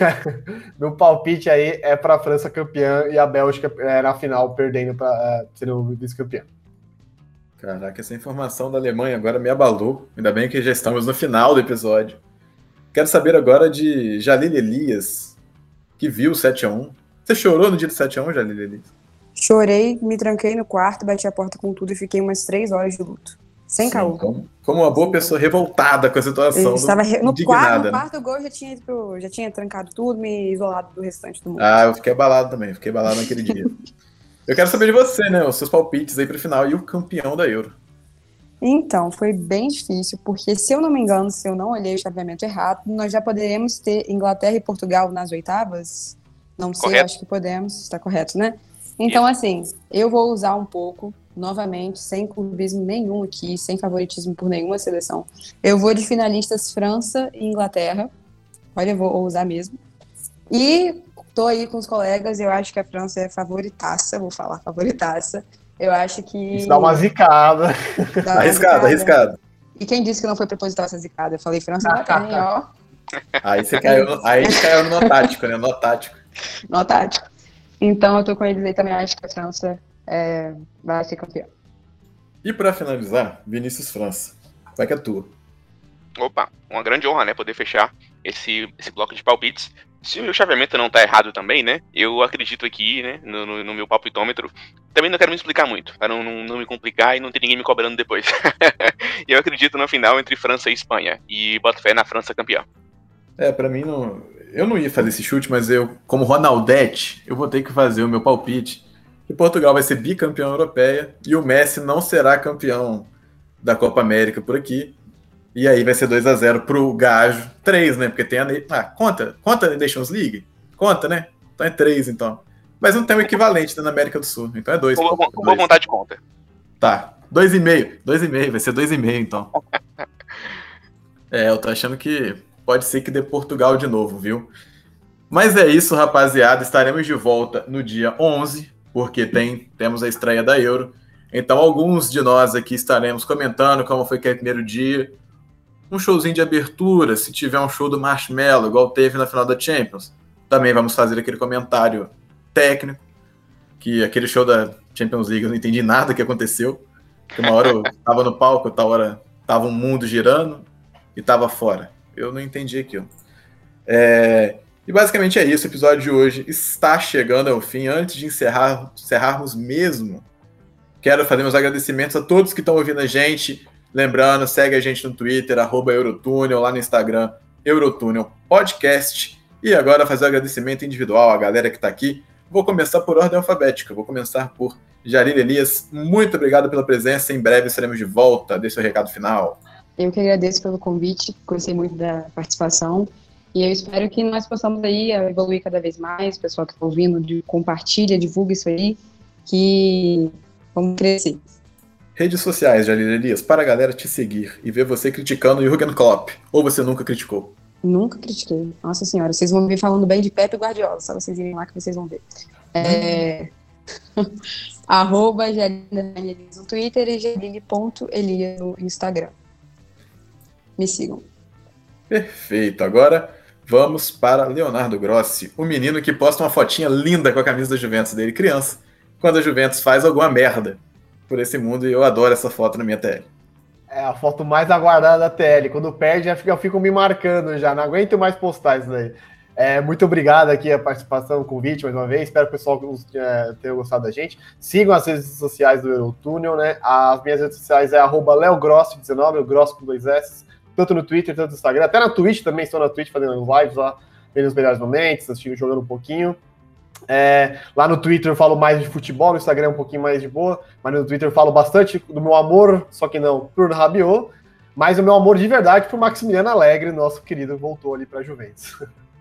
Meu palpite aí é para a França campeã e a Bélgica é, na final perdendo para é, ser o vice-campeão. Caraca, essa informação da Alemanha agora me abalou. Ainda bem que já estamos no final do episódio. Quero saber agora de Jalil Elias, que viu o sete a um. Você chorou no dia do sete a um, Jalil Elias? Chorei, me tranquei no quarto, bati a porta com tudo e fiquei umas três horas de luto. Sem Sim, caô. Como, como uma boa pessoa revoltada com a situação. Eu estava re... no, quarto, no né? quarto gol, já tinha, pro... já tinha trancado tudo, me isolado do restante do mundo. Ah, eu fiquei abalado também, fiquei abalado naquele dia. Eu quero saber de você, né? Os seus palpites aí para o final e o campeão da Euro. Então, foi bem difícil, porque se eu não me engano, se eu não olhei o chaveamento errado, nós já poderíamos ter Inglaterra e Portugal nas oitavas? Não sei, Correto. acho que podemos, está correto, né? Então, assim, eu vou usar um pouco, novamente, sem clubismo nenhum aqui, sem favoritismo por nenhuma seleção. Eu vou de finalistas França e Inglaterra. Olha, eu vou usar mesmo. E tô aí com os colegas, eu acho que a França é favoritaça, vou falar favoritaça. Eu acho que... Isso dá uma zicada. Dá uma arriscado, zicada. arriscado. E quem disse que não foi proposital essa zicada? Eu falei França e Inglaterra, ó. Aí você caiu, aí a gente caiu no tático, né? No tático. No tático. Então eu tô com eles aí também, acho que a França é, vai ser campeã. E para finalizar, Vinícius França. Vai que é tua. Opa, uma grande honra, né, poder fechar esse, esse bloco de palpites. Se o meu chaveamento não tá errado também, né, eu acredito aqui, né, no, no, no meu palpitômetro. Também não quero me explicar muito, para não, não, não me complicar e não ter ninguém me cobrando depois. Eu acredito no final entre França e Espanha, e boto fé na França campeã. É, para mim, não, eu não ia fazer esse chute, mas eu, como Ronaldete, eu vou ter que fazer o meu palpite. Que Portugal vai ser bicampeão europeia e o Messi não será campeão da Copa América por aqui. E aí vai ser dois a zero pro Gajo. três, né? Porque tem a... Ah, conta. Conta a Nations League? Conta, né? Então é três, então. Mas não tem o equivalente na América do Sul. Então é dois. Com boa, com boa vontade de conta. Tá. dois e meio. dois e meio. Vai ser dois e meio, então. É, eu tô achando que pode ser que dê Portugal de novo, viu? Mas é isso, rapaziada. Estaremos de volta no dia onze, porque tem, temos a estreia da Euro. Então alguns de nós aqui estaremos comentando como foi aquele primeiro dia. Um showzinho de abertura, se tiver um show do Marshmello, igual teve na final da Champions. Também vamos fazer aquele comentário técnico, que aquele show da Champions League eu não entendi nada que aconteceu. Porque uma hora eu estava no palco, outra hora estava um mundo girando e estava fora. Eu não entendi aquilo. É... E basicamente é isso, o episódio de hoje está chegando ao fim. Antes de encerrar, encerrarmos mesmo, quero fazer meus agradecimentos a todos que estão ouvindo a gente. Lembrando, segue a gente no Twitter, arroba Eurotúnel, lá no Instagram, Eurotúnel Podcast. E agora fazer o agradecimento individual à galera que está aqui. Vou começar por ordem alfabética. Vou começar por Jalil Elias. Muito obrigado pela presença. Em breve estaremos de volta. Dê seu recado final. Eu que agradeço pelo convite. Gostei muito da participação. E eu espero que nós possamos aí evoluir cada vez mais. O pessoal que está ouvindo, de, compartilha, divulga isso aí. Que vamos crescer. Redes sociais, Jalil Elias, para a galera te seguir e ver você criticando o Jürgen Klopp. Ou você nunca criticou? Nunca critiquei. Nossa senhora, vocês vão me falando bem de Pepe Guardiola, só vocês irem lá que vocês vão ver. É... Arroba Jalil Elias no Twitter e Jalil ponto Elias no Instagram. Me sigam. Perfeito. Agora vamos para Leonardo Grossi, o menino que posta uma fotinha linda com a camisa da Juventus dele, criança, quando a Juventus faz alguma merda por esse mundo, e eu adoro essa foto na minha T L. É a foto mais aguardada da T L. Quando perde, já fica, eu fico me marcando já. Não aguento mais postar isso daí. É, muito obrigado aqui a participação, o convite mais uma vez. Espero que o pessoal é, tenha gostado da gente. Sigam as redes sociais do Eurotúnel, né? As minhas redes sociais é arroba leogrossi dezenove, o Grosso com dois S, tanto no Twitter, tanto no Instagram, até na Twitch também, estou na Twitch fazendo lives lá, vendo os melhores momentos, assistindo, jogando um pouquinho. É, lá no Twitter eu falo mais de futebol, no Instagram é um pouquinho mais de boa, mas no Twitter eu falo bastante do meu amor, só que não por Rabiot, mas o meu amor de verdade por Maximiliano Alegre, nosso querido, voltou ali para a Juventus.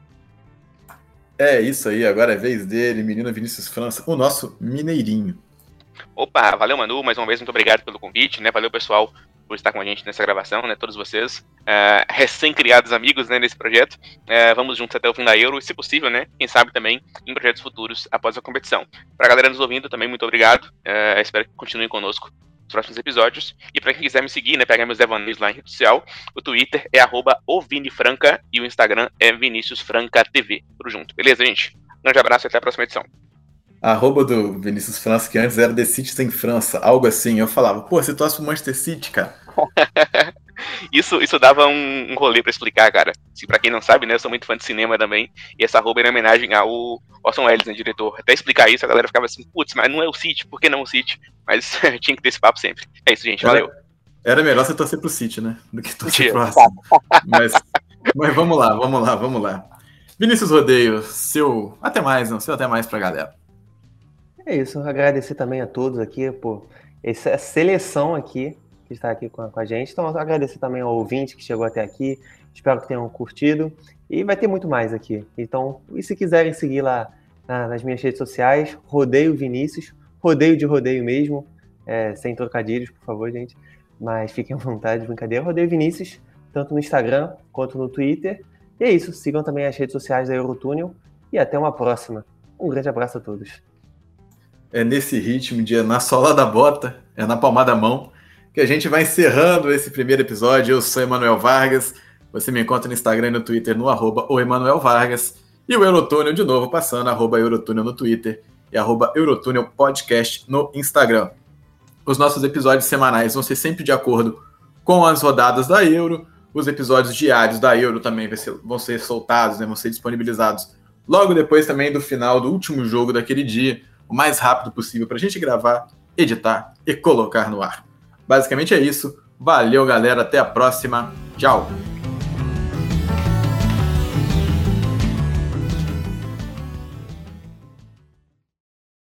É isso aí, agora é vez dele, menino Vinícius França, o nosso mineirinho. Opa, valeu Manu, mais uma vez muito obrigado pelo convite, né? Valeu pessoal por estar com a gente nessa gravação, né? Todos vocês, uh, recém-criados amigos, né, nesse projeto. Uh, vamos juntos até o fim da Euro e, se possível, né? Quem sabe também em projetos futuros após a competição. Para a galera nos ouvindo também, muito obrigado. Uh, espero que continuem conosco nos próximos episódios. E para quem quiser me seguir, né? Pegar meus devaneios lá em rede social, o Twitter é arroba ovinifranca e o Instagram é Vinícius Franca T V. Tudo junto, beleza, gente? Um grande abraço e até a próxima edição. Arroba do Vinícius França, que antes era The City em França, algo assim. Eu falava, pô, você torce pro Manchester City, cara. isso, isso dava um, um rolê pra explicar, cara. Se, pra quem não sabe, né, eu sou muito fã de cinema também, e essa arroba era em homenagem ao Orson Welles, né, diretor. Até explicar isso, a galera ficava assim, putz, mas não é o City, por que não o City? Mas tinha que ter esse papo sempre. É isso, gente, valeu. Era, era melhor você torcer pro City, né, do que torcer pro Arsenal. Mas, mas vamos lá, vamos lá, vamos lá. Vinícius Rodeio, seu até mais, não, seu até mais pra galera. É isso, agradecer também a todos aqui por essa seleção aqui que está aqui com a, com a gente. Então, agradecer também ao ouvinte que chegou até aqui. Espero que tenham curtido. E vai ter muito mais aqui. Então, e se quiserem seguir lá na, nas minhas redes sociais, Rodeio Vinícius, rodeio de rodeio mesmo, é, sem trocadilhos, por favor, gente. Mas fiquem à vontade, brincadeira. Rodeio Vinícius, tanto no Instagram quanto no Twitter. E é isso, sigam também as redes sociais da Eurotúnel. E até uma próxima. Um grande abraço a todos. É nesse ritmo de na sola da bota, é na palmada da mão, que a gente vai encerrando esse primeiro episódio. Eu sou Emanuel Vargas, você me encontra no Instagram e no Twitter no arroba o Emanuel Vargas, e o Eurotúnel de novo passando, arroba Eurotúnel no Twitter e arroba Eurotúnel Podcast no Instagram. Os nossos episódios semanais vão ser sempre de acordo com as rodadas da Euro, os episódios diários da Euro também vão ser soltados, né, vão ser disponibilizados logo depois também do final do último jogo daquele dia, o mais rápido possível para a gente gravar, editar e colocar no ar. Basicamente é isso. Valeu, galera. Até a próxima. Tchau.